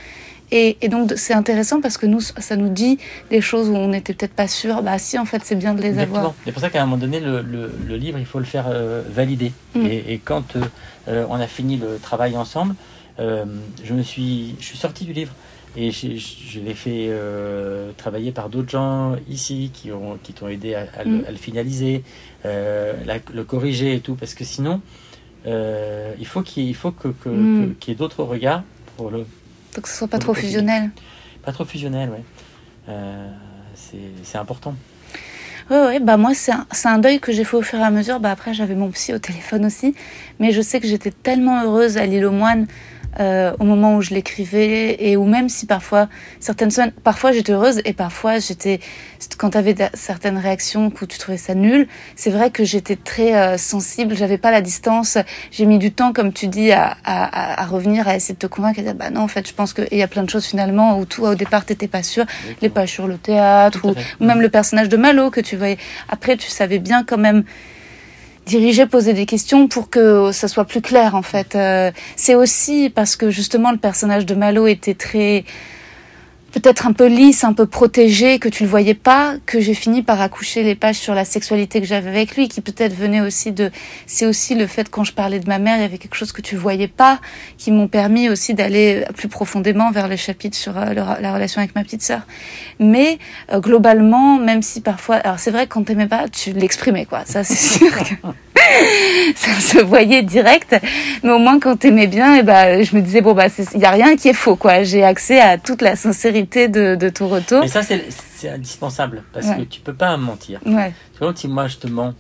Et, et donc, c'est intéressant parce que nous, ça nous dit des choses où on n'était peut-être pas sûr. Bah si, en fait, c'est bien de les Exactement. avoir. C'est pour ça qu'à un moment donné, le, le, le livre, il faut le faire euh, valider. Mm. Et, et quand euh, on a fini le travail ensemble, euh, je me suis, je suis sorti du livre. Et je, je l'ai fait euh, travailler par d'autres gens ici qui, ont, qui t'ont aidé à, à, mm. le, à le finaliser, euh, la, le corriger et tout. Parce que sinon, euh, il faut qu'il, il faut que, que, mm. que, qu'il y ait d'autres regards pour le... Faut que ce soit pas trop fusionnel. Pas trop fusionnel, ouais. Euh, c'est, c'est important. Oui, ouais, bah moi, c'est un, c'est un deuil que j'ai fait au fur et à mesure. Bah après, j'avais mon psy au téléphone aussi. Mais je sais que j'étais tellement heureuse à l'île aux Moines euh, au moment où je l'écrivais. Et où même si parfois, certaines semaines, parfois j'étais heureuse et parfois j'étais... Quand tu avais certaines réactions où tu trouvais ça nul, c'est vrai que j'étais très euh, sensible. J'avais pas la distance. J'ai mis du temps, comme tu dis, à, à, à revenir, à essayer de te convaincre. Et dire, bah non, en fait, je pense qu'il y a plein de choses finalement où toi, au départ, t'étais pas sûre. Exactement. Les pages sur le théâtre ou, ou même le personnage de Malo que tu voyais. Après, tu savais bien quand même diriger, poser des questions pour que ça soit plus clair, en fait. Euh, c'est aussi parce que, justement, le personnage de Malo était très... peut-être un peu lisse, un peu protégé, que tu le voyais pas, que j'ai fini par accoucher les pages sur la sexualité que j'avais avec lui, qui peut-être venait aussi de... C'est aussi le fait, quand je parlais de ma mère, il y avait quelque chose que tu voyais pas, qui m'ont permis aussi d'aller plus profondément vers le chapitre sur euh, le, la relation avec ma petite sœur. Mais, euh, globalement, même si parfois... Alors, c'est vrai que quand t'aimais pas, tu l'exprimais, quoi. Ça, c'est sûr que... ça se voyait direct, mais au moins quand t'aimais bien, et bah, je me disais bon bah il y a rien qui est faux, quoi. J'ai accès à toute la sincérité de, de ton retour. Mais ça c'est, c'est indispensable parce ouais. que tu peux pas mentir. Ouais. Tu vois, si moi je te mens,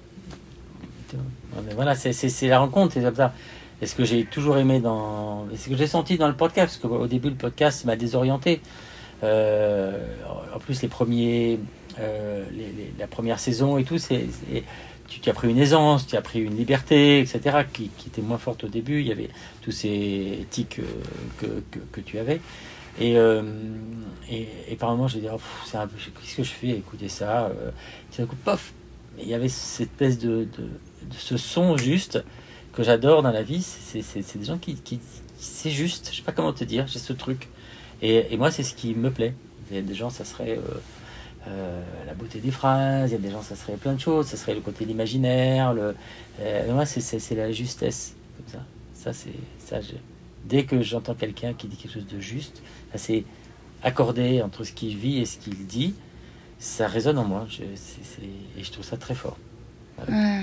voilà, c'est, c'est, c'est la rencontre, c'est comme ça. Et ce que j'ai toujours aimé dans, et ce que j'ai senti dans le podcast, parce qu'au début le podcast m'a désorienté. Euh, en plus les premiers, euh, les, les, la première saison et tout, c'est, c'est Tu, tu as pris une aisance, tu as pris une liberté, et cetera, qui, qui était moins forte au début. Il y avait tous ces tics euh, que, que, que tu avais. Et, euh, et, et par moments, j'ai dit, oh, c'est un peu, qu'est-ce que je fais à écouter ça euh, Tout d'un coup, pof. Mais il y avait cette espèce de, de, de ce son juste que j'adore dans la vie. C'est, c'est, c'est des gens qui, qui, c'est juste. Je sais pas comment te dire. J'ai ce truc. Et, et moi, c'est ce qui me plaît. Il y a des gens, ça serait... Euh, Euh, la beauté des phrases, il y a des gens ça serait plein de choses, ça serait le côté de l'imaginaire, le, euh, moi c'est, c'est, c'est la justesse comme ça, ça c'est ça je, dès que j'entends quelqu'un qui dit quelque chose de juste, ça, c'est accordé entre ce qu'il vit et ce qu'il dit, ça résonne en moi, je, c'est, c'est, et je trouve ça très fort. Ouais.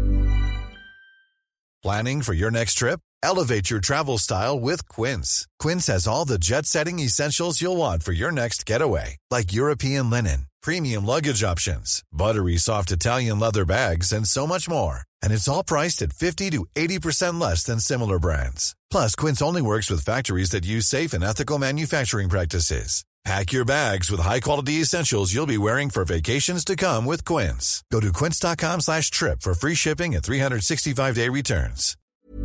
Planning for your next trip? Elevate your travel style with Quince. Quince has all the jet-setting essentials you'll want for your next getaway, like European linen, premium luggage options, buttery soft Italian leather bags, and so much more. And it's all priced at fifty to eighty percent less than similar brands. Plus, Quince only works with factories that use safe and ethical manufacturing practices. Pack your bags with high-quality essentials you'll be wearing for vacations to come with Quince. Go to quince.com slash trip for free shipping and three sixty-five day returns.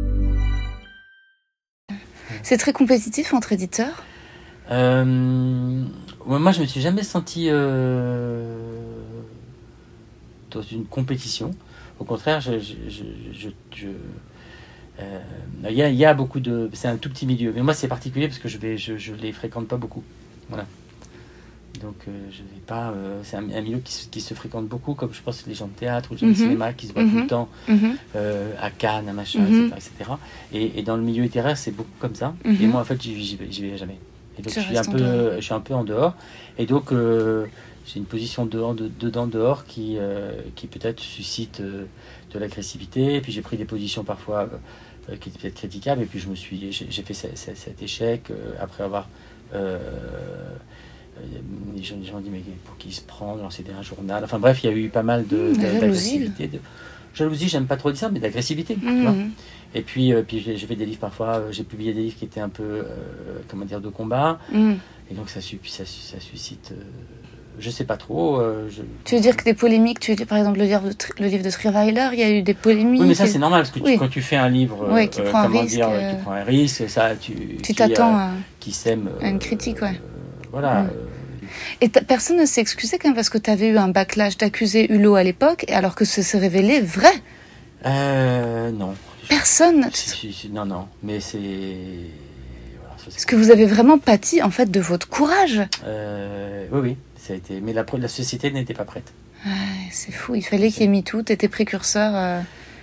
C'est très compétitif entre éditeurs euh, Moi, je me suis jamais senti euh, dans une compétition. Au contraire, je... je, je, je, je euh, il y a, il y a beaucoup de... C'est un tout petit milieu. Mais moi, c'est particulier parce que je ne je, je les fréquente pas beaucoup. Voilà. Donc, euh, je vais pas. Euh, c'est un, un milieu qui, qui se fréquente beaucoup, comme je pense les gens de théâtre ou les gens mm-hmm. de cinéma qui se voient mm-hmm. tout le temps mm-hmm. euh, à Cannes, à machin, mm-hmm. et cetera, et cetera. Et, et dans le milieu littéraire, c'est beaucoup comme ça. Mm-hmm. Et moi, en fait, j'y, j'y, vais, j'y vais jamais. Et donc, je suis un peu, je suis un peu en dehors. Et donc, euh, j'ai une position dehors, de, dedans, dehors, qui, euh, qui peut-être suscite euh, de l'agressivité. Et puis, j'ai pris des positions parfois euh, qui étaient peut-être critiquables. Et puis, je me suis, j'ai, j'ai fait cet, cet échec euh, après avoir. Euh, Les gens, les gens disent mais pour qui il se prend, genre c'était un journal, enfin bref il y a eu pas mal de, mmh, de, d'agressivité de, jalousie, j'aime pas trop dire ça, mais d'agressivité mmh. tu vois. Et puis, euh, puis j'ai, j'ai fait des livres parfois, euh, j'ai publié des livres qui étaient un peu euh, comment dire de combat mmh. et donc ça, ça, ça suscite euh, je sais pas trop euh, je... Tu veux dire que des polémiques, tu dis par exemple le livre de, le livre de Trierweiler, il y a eu des polémiques. Oui mais ça c'est normal parce que tu, oui. quand tu fais un livre oui, qui euh, prend comment un risque, dire euh... qui prend un risque, ça tu, tu qui, t'attends euh, à... qui sème à une critique ouais. Euh, voilà. Ouais. Et personne ne s'est excusé quand même parce que tu avais eu un backlash d'accuser Hulot à l'époque, alors que ça s'est révélé vrai. Euh, non. Personne. Si, si, si, non, non. Mais c'est, voilà, Ça, Est-ce que vous avez vraiment pâti en fait de votre courage? euh, Oui, oui, ça a été. Mais la, la société n'était pas prête. Ouais, c'est fou, il fallait qu'il y ait mis tout. T'étais précurseur. Euh...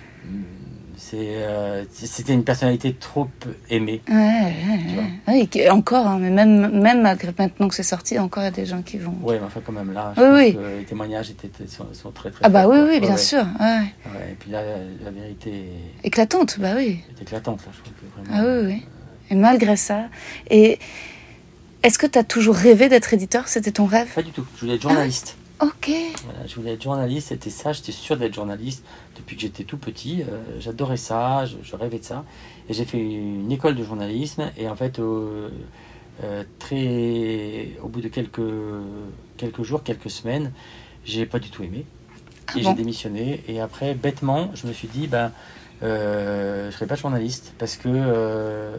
C'est, euh, c'était une personnalité trop aimée. Ouais, ouais, ouais. Ouais, et encore, hein, mais même, même malgré maintenant que c'est sorti, encore il y a des gens qui vont. Oui, mais enfin quand même là, je oui, pense oui. que les témoignages étaient, sont, sont très très. Ah bah forts, oui, quoi. oui, bien ouais, sûr. Ouais. Ouais, et puis là, la, la vérité est, Éclatante, bah oui. est éclatante là, je trouve que vraiment. Ah oui, oui. Et malgré ça, et est-ce que tu as toujours rêvé d'être éditeur? C'était ton rêve? Pas du tout. Je voulais être journaliste. Ah, ok. Voilà, je voulais être journaliste, c'était ça, j'étais sûr d'être journaliste depuis que j'étais tout petit. Euh, j'adorais ça, je, je rêvais de ça. Et j'ai fait une école de journalisme et en fait, euh, euh, très, au bout de quelques, quelques jours, quelques semaines, j'ai pas du tout aimé. Ah et bon j'ai démissionné. Et après, bêtement, je me suis dit, ben, euh, je ne serai pas journaliste parce que. Euh,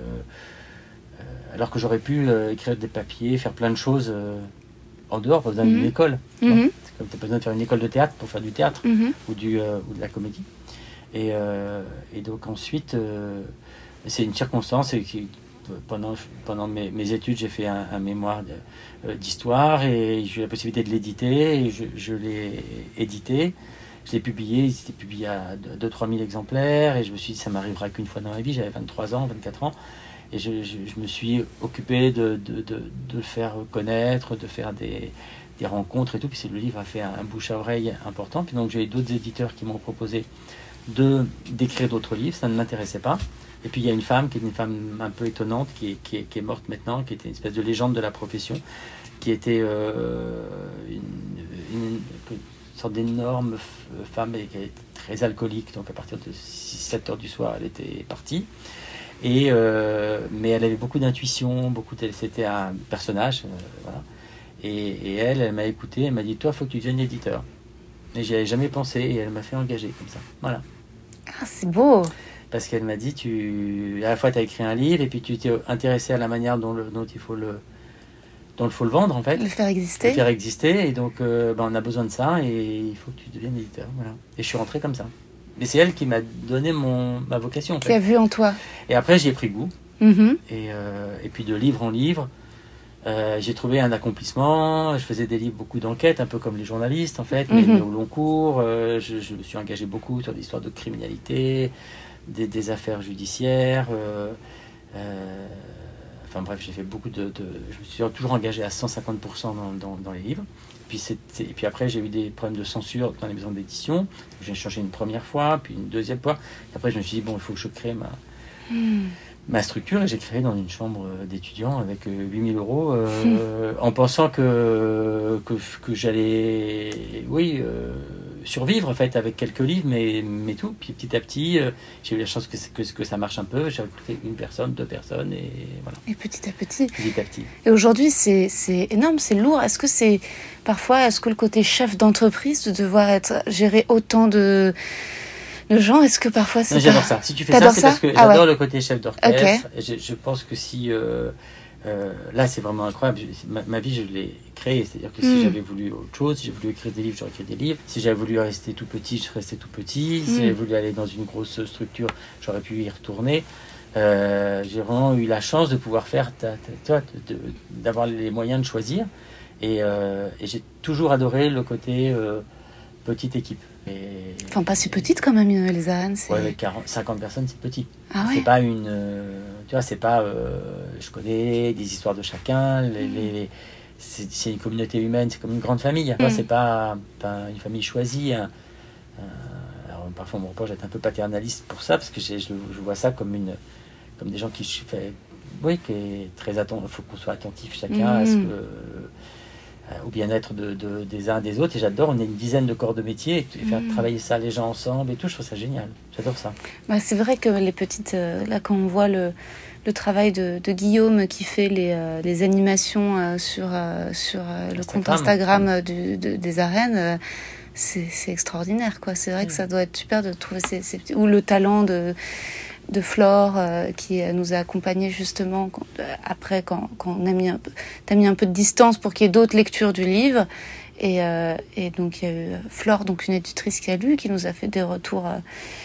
alors que j'aurais pu euh, écrire des papiers, faire plein de choses. Euh, en dehors, pas besoin d'une Mhm. école. tu Mhm. vois. C'est comme tu n'as pas besoin de faire une école de théâtre pour faire du théâtre Mhm. ou, du, euh, ou de la comédie. Et, euh, et donc ensuite, euh, c'est une circonstance et qui, pendant, pendant mes, mes études, j'ai fait un, un mémoire de, euh, d'histoire et j'ai eu la possibilité de l'éditer et je, je l'ai édité. Je l'ai publié, il était publié à deux à trois mille exemplaires et je me suis dit ça m'arrivera qu'une fois dans ma vie, j'avais vingt-trois ans, vingt-quatre ans. Et je, je, je me suis occupé de, de, de, de le faire connaître, de faire des, des rencontres et tout. Puis le livre a fait un, un bouche à oreille important. Puis donc j'ai eu d'autres éditeurs qui m'ont proposé de, d'écrire d'autres livres. Ça ne m'intéressait pas. Et puis il y a une femme qui est une femme un peu étonnante, qui est, qui est, qui est morte maintenant, qui était une espèce de légende de la profession, qui était euh, une, une, une sorte d'énorme femme et qui était très alcoolique. Donc à partir de six sept heures du soir, elle était partie. Et euh, mais elle avait beaucoup d'intuition, beaucoup de, c'était un personnage, euh, voilà. Et, et elle, elle m'a écouté, elle m'a dit, toi, il faut que tu deviennes éditeur. Et j'y avais jamais pensé, et elle m'a fait engager comme ça, voilà. Ah, c'est beau. Parce qu'elle m'a dit, tu, à la fois, tu as écrit un livre, et puis tu t'es intéressé à la manière dont, le, dont il faut le, dont il faut le vendre, en fait. Le faire exister. Le faire exister, et donc, euh, ben, on a besoin de ça, et il faut que tu deviennes éditeur, voilà. Et je suis rentré comme ça. Et c'est elle qui m'a donné mon, ma vocation. En Qui fait. a vu en toi. Et après, j'y ai pris goût. Mm-hmm. Et, euh, et puis de livre en livre, euh, j'ai trouvé un accomplissement. Je faisais des livres, beaucoup d'enquêtes, un peu comme les journalistes en fait, mais, Mhm. mais au long cours. Euh, je, je me suis engagé beaucoup sur des histoires de criminalité, des, des affaires judiciaires. Euh, euh, enfin bref, j'ai fait beaucoup de, de. Je me suis toujours engagé à cent cinquante pour cent dans, dans, dans les livres. Puis c'est, c'est, et puis après, j'ai eu des problèmes de censure dans les maisons d'édition. J'ai changé une première fois, puis une deuxième fois. Et après, je me suis dit, bon, il faut que je crée ma, Mm. ma structure. Et j'ai créé dans une chambre d'étudiants avec euh, huit mille euros, euh, mm. en pensant que, que, que j'allais, oui, euh, survivre, en fait, avec quelques livres, mais, mais tout. Puis petit à petit, euh, j'ai eu la chance que, que, que ça marche un peu. J'ai recruté une personne, deux personnes, et voilà. Et petit à petit. Petit à petit. Et aujourd'hui, c'est, c'est énorme, c'est lourd. Est-ce que c'est, parfois, est-ce que le côté chef d'entreprise, de devoir être, gérer autant de, de gens, est-ce que parfois c'est non, j'adore pas... ça. Si tu fais T'adores ça, c'est ça parce que ah j'adore ouais. le côté chef d'orchestre. Okay. Et je, je pense que si... Euh, euh, là, c'est vraiment incroyable. Ma, ma vie, je l'ai créée. C'est-à-dire que si Mm. j'avais voulu autre chose, si j'avais voulu écrire des livres, j'aurais écrit des livres. Si j'avais voulu rester tout petit, je serais resté tout petit. Si Mm. j'avais voulu aller dans une grosse structure, j'aurais pu y retourner. Euh, j'ai vraiment eu la chance de pouvoir faire... Ta, ta, toi, de, de, d'avoir les moyens de choisir. Et, euh, et j'ai toujours adoré le côté euh, petite équipe. Et, Enfin, pas si petite quand même, les arènes. C'est... Ouais, avec quarante, cinquante personnes, c'est petit. Ah ouais. C'est pas une. Euh, tu vois, c'est pas. Euh, je connais des histoires de chacun. Les, Mm. les, les, c'est, c'est une communauté humaine, c'est comme une grande famille. Tu vois, Mm. c'est pas, pas une famille choisie. Un, un, alors, parfois, on me reproche d'être un peu paternaliste pour ça, parce que j'ai, je, je vois ça comme, une, comme des gens qui. Fait, oui, qui est très attentif. Il faut qu'on soit attentif chacun Mm. à ce que. Au bien-être de, de, des uns et des autres, et j'adore, on est une dizaine de corps de métier, et faire Mmh. travailler ça les gens ensemble et tout, je trouve ça génial, j'adore ça. Bah, c'est vrai que les petites, euh, là quand on voit le, le travail de, de Guillaume qui fait les, euh, les animations euh, sur, euh, sur euh, le Instagram. compte Instagram euh, du, de, des arènes, euh, c'est, c'est extraordinaire, quoi. C'est vrai mmh. que ça doit être super de trouver ces, ces petits... Ou le talent de... de Flore euh, qui euh, nous a accompagnés justement quand, euh, après quand, quand on a mis un peu, t'as mis un peu de distance pour qu'il y ait d'autres lectures du livre et, euh, et donc il y a eu Flore, donc une éditrice qui a lu, qui nous a fait des retours euh,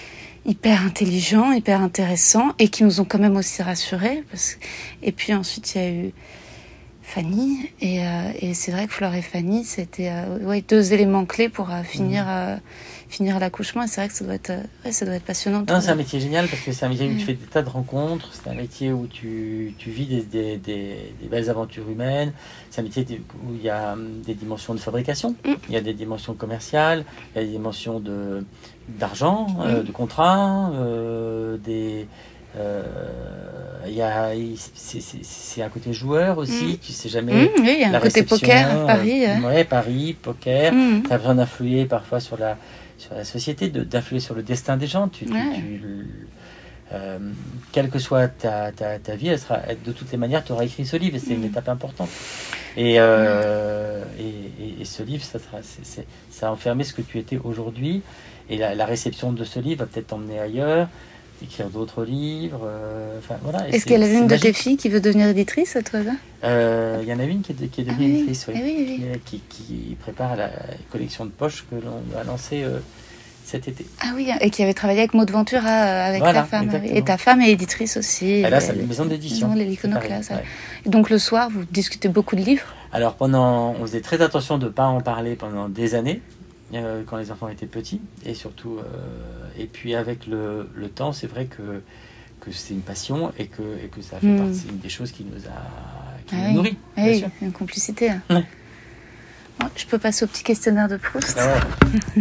hyper intelligents, hyper intéressants, et qui nous ont quand même aussi rassurés. Parce... Et puis ensuite, il y a eu Fanny, et, euh, et c'est vrai que Flore et Fanny, c'était euh, ouais, deux éléments clés pour euh, finir, mmh. euh, finir l'accouchement, et c'est vrai que ça doit être, euh, ouais, ça doit être passionnant. Non, c'est un métier génial, parce que c'est un métier où mmh. tu fais des tas de rencontres, c'est un métier où tu, tu vis des, des, des, des belles aventures humaines, c'est un métier où il y a des dimensions de fabrication, mmh. il y a des dimensions commerciales, il y a des dimensions de, d'argent, mmh. euh, de contrats, euh, des... Euh, y a, c'est, c'est, c'est un côté joueur aussi, mmh. tu sais jamais. Mmh, oui, il y a un côté poker, Paris. Euh, ouais, Paris, poker. Mmh. Tu as besoin d'influer parfois sur la, sur la société, de, d'influer sur le destin des gens. Tu, tu, ouais. tu, euh, quelle que soit ta, ta, ta vie, elle sera, de toutes les manières, tu auras écrit ce livre et c'est mmh. une étape importante. Et, euh, mmh. et, et, et ce livre, ça, sera, c'est, c'est, ça a enfermé ce que tu étais aujourd'hui. Et la, la réception de ce livre va peut-être t'emmener ailleurs. Écrire d'autres livres, euh, enfin voilà. Est-ce qu'elle a une de tes filles qui veut devenir éditrice, toi là ? Il euh, y en a une qui est, qui est devenue ah, oui. éditrice, oui, ah, oui, oui. Qui, qui prépare la collection de poches que l'on va lancer euh, cet été. Ah oui, et qui avait travaillé avec Maud Ventura, avec voilà, ta femme. exactement. Et ta femme est éditrice aussi. Elle a sa maison d'édition. L'Iconoclaste. Ouais. Donc le soir, vous discutez beaucoup de livres ? Alors pendant, on faisait très attention de ne pas en parler pendant des années. Euh, quand les enfants étaient petits, et surtout, euh, et puis avec le, le temps, c'est vrai que, que c'est une passion et que, et que ça fait mmh. partie des choses qui nous a qui ah nous oui. nourrit. Ah oui, une complicité. Hein. Ouais. Bon, je peux passer au petit questionnaire de Proust. Ah ouais.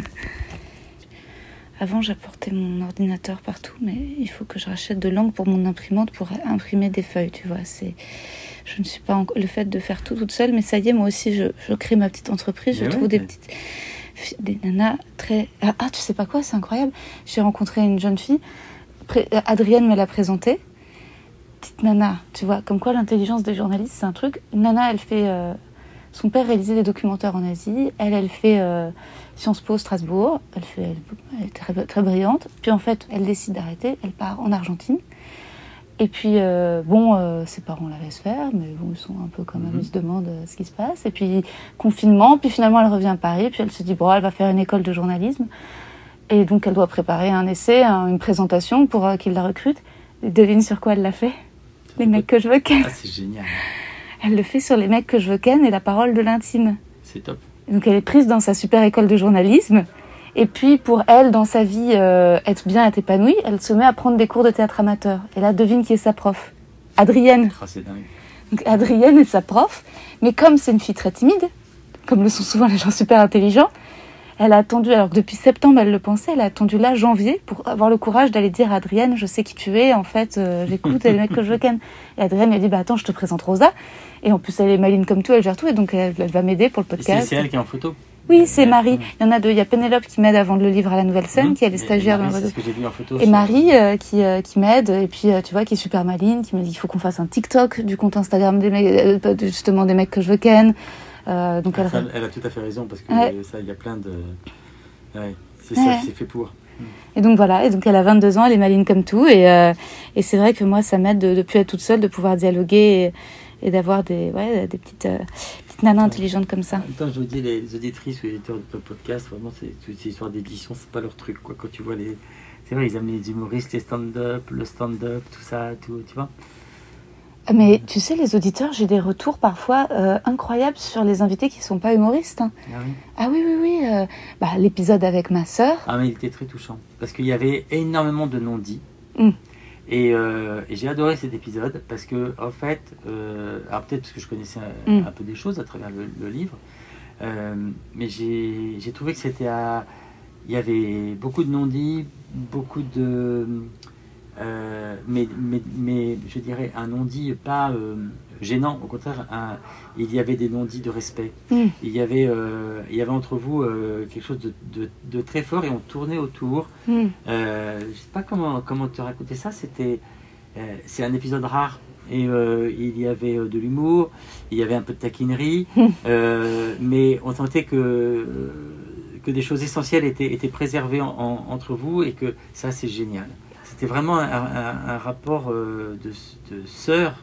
Avant, j'apportais mon ordinateur partout, mais il faut que je rachète de l'encre pour mon imprimante pour imprimer des feuilles, tu vois. C'est... Je ne suis pas en... le fait de faire tout toute seule, mais ça y est, moi aussi, je, je crée ma petite entreprise, mais je oui, trouve mais... des petites... des nanas très... Ah, ah, tu sais pas quoi, c'est incroyable. J'ai rencontré une jeune fille, Pré... Adrienne me l'a présentée. Petite nana, tu vois, comme quoi l'intelligence des journalistes, c'est un truc. Une nana, elle fait... Euh... Son père réalisait des documentaires en Asie. Elle, elle fait euh, Sciences Po Strasbourg. Elle, fait, elle, elle est très, très brillante. Puis en fait, elle décide d'arrêter. Elle part en Argentine. Et puis, euh, bon, euh, ses parents la laissent faire, mais bon, ils sont un peu quand même, ils se demandent euh, ce qui se passe. Et puis, confinement, puis finalement, elle revient à Paris, puis elle se dit, bon, elle va faire une école de journalisme. Et donc, elle doit préparer un essai, un, une présentation pour euh, qu'ils la recrutent. Et devine sur quoi elle l'a fait ? Les mecs que je veux ken. Ah, c'est génial. Elle le fait sur Les mecs que je veux ken et la parole de l'intime. C'est top. Et donc, elle est prise dans sa super école de journalisme. Et puis, pour elle, dans sa vie, euh, être bien, être épanouie, elle se met à prendre des cours de théâtre amateur. Et là, devine qui est sa prof ? Adrienne. Oh, c'est dingue. Donc, Adrienne est sa prof. Mais comme c'est une fille très timide, comme le sont souvent les gens super intelligents, elle a attendu, alors que depuis septembre, elle le pensait, elle a attendu là, janvier, pour avoir le courage d'aller dire à Adrienne, je sais qui tu es, en fait, euh, j'écoute, et les mecs que je veux ken. Et Adrienne lui a dit, bah attends, je te présente Rosa. Et en plus, elle est maline comme tout, elle gère tout, et donc elle, elle va m'aider pour le podcast. C'est, c'est elle qui est en photo ? Oui, c'est Marie. Il y en a deux. Il y a Pénélope qui m'aide à vendre le livre à la Nouvelle Scène, mmh. qui est les stagiaires Marie, dans le c'est ce que j'ai vu en photo. Et Marie euh, qui euh, qui m'aide et puis euh, tu vois qui est super maline, qui me dit qu'il faut qu'on fasse un TikTok du compte Instagram des mecs, euh, justement des mecs que je veux ken. Euh, donc ah, elle... Ça, elle a tout à fait raison parce que ouais. ça, il y a plein de, ouais, c'est ouais. ça, c'est fait pour. Et donc voilà, et donc elle a vingt-deux ans, elle est maline comme tout et euh, et c'est vrai que moi ça m'aide de, de plus être toute seule, de pouvoir dialoguer et, et d'avoir des ouais des petites euh, nana intelligente comme ça. En même temps, je vous dis, les auditrices ou les éditeurs de podcast, vraiment, c'est toutes ces histoires d'édition, c'est pas leur truc, quoi. Quand tu vois les, c'est vrai, ils aiment les humoristes, les stand-up, le stand-up, tout ça, tout, tu vois. Mais tu sais, les auditeurs, j'ai des retours parfois euh, incroyables sur les invités qui sont pas humoristes. Hein. Ah oui. Ah oui, oui, oui. Euh, bah, l'épisode avec ma sœur. Ah mais il était très touchant parce qu'il y avait énormément de non-dits. Mm. Et, euh, et j'ai adoré cet épisode parce que en fait, euh, alors peut-être parce que je connaissais un, mm. un peu des choses à travers le, le livre, euh, mais j'ai, j'ai trouvé que c'était à, il y avait beaucoup de non-dits, beaucoup de, euh, mais, mais, mais je dirais un non-dit pas euh, gênant, au contraire, un, il y avait des non-dits de respect. Mm. Il y avait, euh, il y avait entre vous euh, quelque chose de, de, de très fort et on tournait autour. Mm. Euh, je ne sais pas comment, comment te raconter ça. C'était, euh, c'est un épisode rare et euh, il y avait euh, de l'humour, il y avait un peu de taquinerie, euh, mais on sentait que, euh, que des choses essentielles étaient, étaient préservées en, en, entre vous et que ça c'est génial. C'était vraiment un, un, un rapport euh, de, de sœurs.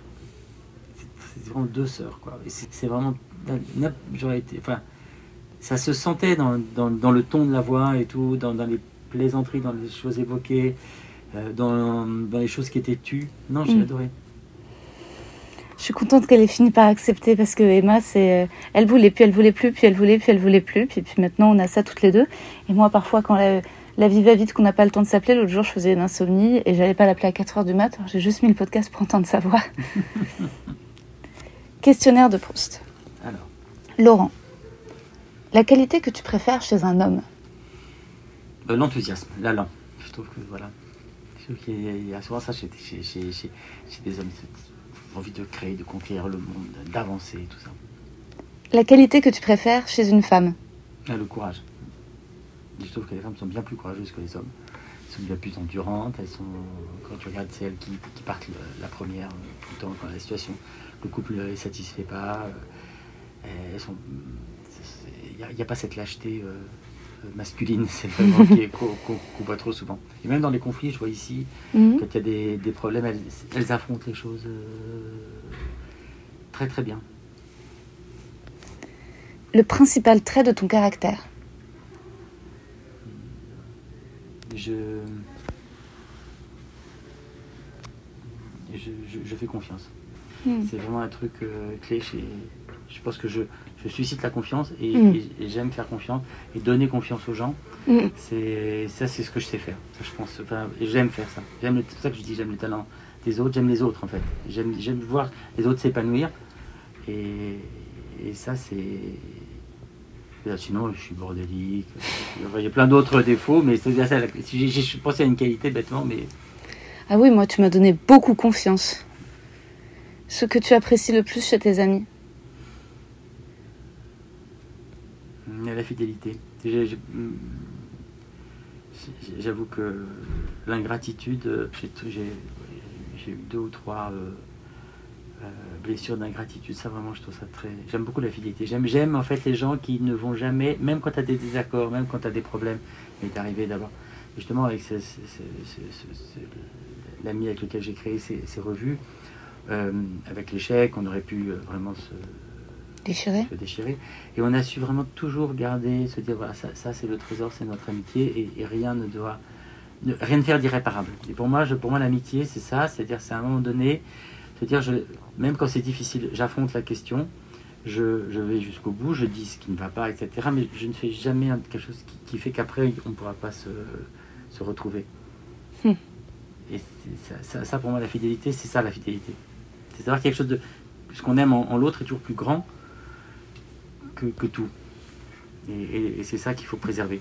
C'est vraiment deux sœurs, quoi. Et c'est, c'est vraiment, j'aurais été, enfin, ça se sentait dans, dans, dans le ton de la voix et tout, dans, dans les plaisanteries, dans les choses évoquées, euh, dans, dans les choses qui étaient tues. Non, j'ai mmh. adoré. Je suis contente qu'elle ait fini par accepter parce que Emma, c'est, elle voulait, puis elle voulait plus, puis elle voulait, puis elle voulait plus, puis, puis maintenant on a ça toutes les deux. Et moi, parfois, quand la, la vie va vite, qu'on n'a pas le temps de s'appeler, l'autre jour, je faisais une insomnie et j'allais pas l'appeler à quatre heures du mat. Alors, j'ai juste mis le podcast pour entendre sa voix. Questionnaire de Proust. Alors. Laurent, la qualité que tu préfères chez un homme? euh, L'enthousiasme, l'allant. Je trouve que voilà. Je trouve qu'il y a souvent ça chez, chez, chez, chez, chez des hommes. Envie de créer, de conquérir le monde, d'avancer, tout ça. La qualité que tu préfères chez une femme? Ah, le courage. Je trouve que les femmes sont bien plus courageuses que les hommes. Elles sont bien plus endurantes. Elles sont, quand tu regardes, c'est elles qui, qui partent le, la première tout le temps quand la situation, le couple ne les satisfait pas. Elles sont, il n'y a, a pas cette lâcheté euh, masculine, c'est vraiment qui est, qu'on, qu'on voit trop souvent. Et même dans les conflits, je vois ici, mmh. quand il y a des, des problèmes, elles, elles affrontent les choses euh, très très bien. Le principal trait de ton caractère? Je, je, je, je fais confiance. Mmh. C'est vraiment un truc euh, clé chez... Je pense que je, je suscite la confiance et, mmh. et, et j'aime faire confiance et donner confiance aux gens. Mmh. C'est, ça, c'est ce que je sais faire. Ça, je pense, enfin, j'aime faire ça. J'aime le, c'est pour ça que je dis j'aime le talent des autres, j'aime les autres en fait. J'aime, j'aime voir les autres s'épanouir. Et, et ça, c'est... Sinon, je suis bordélique. Il y a plein d'autres défauts, mais c'est ça. J'ai, j'ai pensé à une qualité bêtement, mais... Ah oui, moi, tu m'as donné beaucoup confiance. Ce que tu apprécies le plus chez tes amis? La fidélité. J'ai, j'ai, j'avoue que l'ingratitude, j'ai, j'ai, j'ai eu deux ou trois euh, euh, blessures d'ingratitude. Ça, vraiment, je trouve ça très... J'aime beaucoup la fidélité. J'aime, j'aime en fait les gens qui ne vont jamais, même quand tu as des désaccords, même quand tu as des problèmes. Il m'est arrivé d'avoir, justement, avec ce, ce, ce, ce, ce, ce, l'ami avec lequel j'ai créé ces, ces revues, euh, avec l'échec, on aurait pu vraiment se... Déchiré. se déchirer. Et on a su vraiment toujours garder, se dire voilà, ça, ça c'est le trésor, c'est notre amitié, et, et rien ne doit, ne, rien ne faire d'irréparable. Et pour moi, je, pour moi, l'amitié, c'est ça, c'est-à-dire, c'est à un moment donné, se dire, je, même quand c'est difficile, j'affronte la question, je, je vais jusqu'au bout, je dis ce qui ne va pas, et cetera. Mais je ne fais jamais quelque chose qui, qui fait qu'après, on ne pourra pas se, se retrouver. Hmm. Et ça, ça, ça, pour moi, la fidélité, c'est ça, la fidélité. C'est savoir quelque chose de... Ce qu'on aime en, en l'autre est toujours plus grand Que, que tout. Et, et, et c'est ça qu'il faut préserver.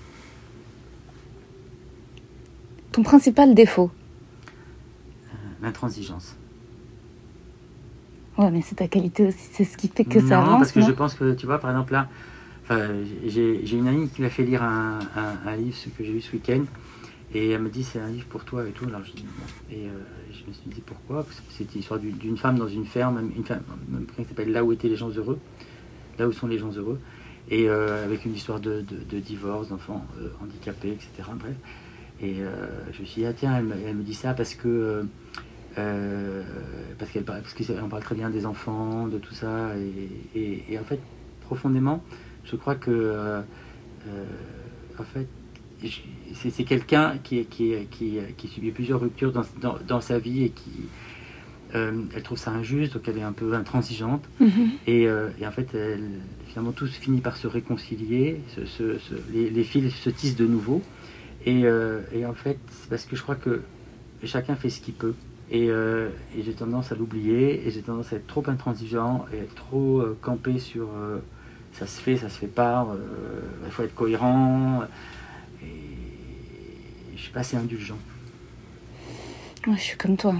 Ton principal défaut? euh, L'intransigeance. Ouais, mais c'est ta qualité aussi, c'est ce qui fait que non, ça avance. Non, parce que non je pense que, tu vois, par exemple, là, j'ai, j'ai une amie qui m'a fait lire un, un, un livre, ce que j'ai lu ce week-end, et elle me dit, c'est un livre pour toi et tout. Alors je dis, bon. Et euh, je me suis dit, pourquoi? Parce que c'était l'histoire d'une, d'une femme dans une ferme, une femme qui s'appelle Là où étaient les gens heureux. Là où sont les gens heureux, et euh, avec une histoire de, de, de divorce, d'enfants euh, handicapés, et cetera. Bref. Et euh, je me suis dit, ah tiens, elle me, elle me dit ça parce que euh, parce qu'elle parle, parce qu'on parle très bien des enfants, de tout ça, et, et, et en fait, profondément, je crois que euh, euh, en fait, c'est, c'est quelqu'un qui, qui, qui, qui subit plusieurs ruptures dans, dans, dans sa vie et qui Euh, elle trouve ça injuste, donc elle est un peu intransigeante. Mm-hmm. Et, euh, et en fait, elle, finalement, tout finit par se réconcilier, se, se, se, les, les fils se tissent de nouveau. Et, euh, et en fait, c'est parce que je crois que chacun fait ce qu'il peut. Et, euh, et j'ai tendance à l'oublier, et j'ai tendance à être trop intransigeant, et être trop euh, campé sur euh, ça se fait, ça se fait pas, il euh, faut être cohérent. Et je suis pas assez indulgent. Moi, je suis comme toi.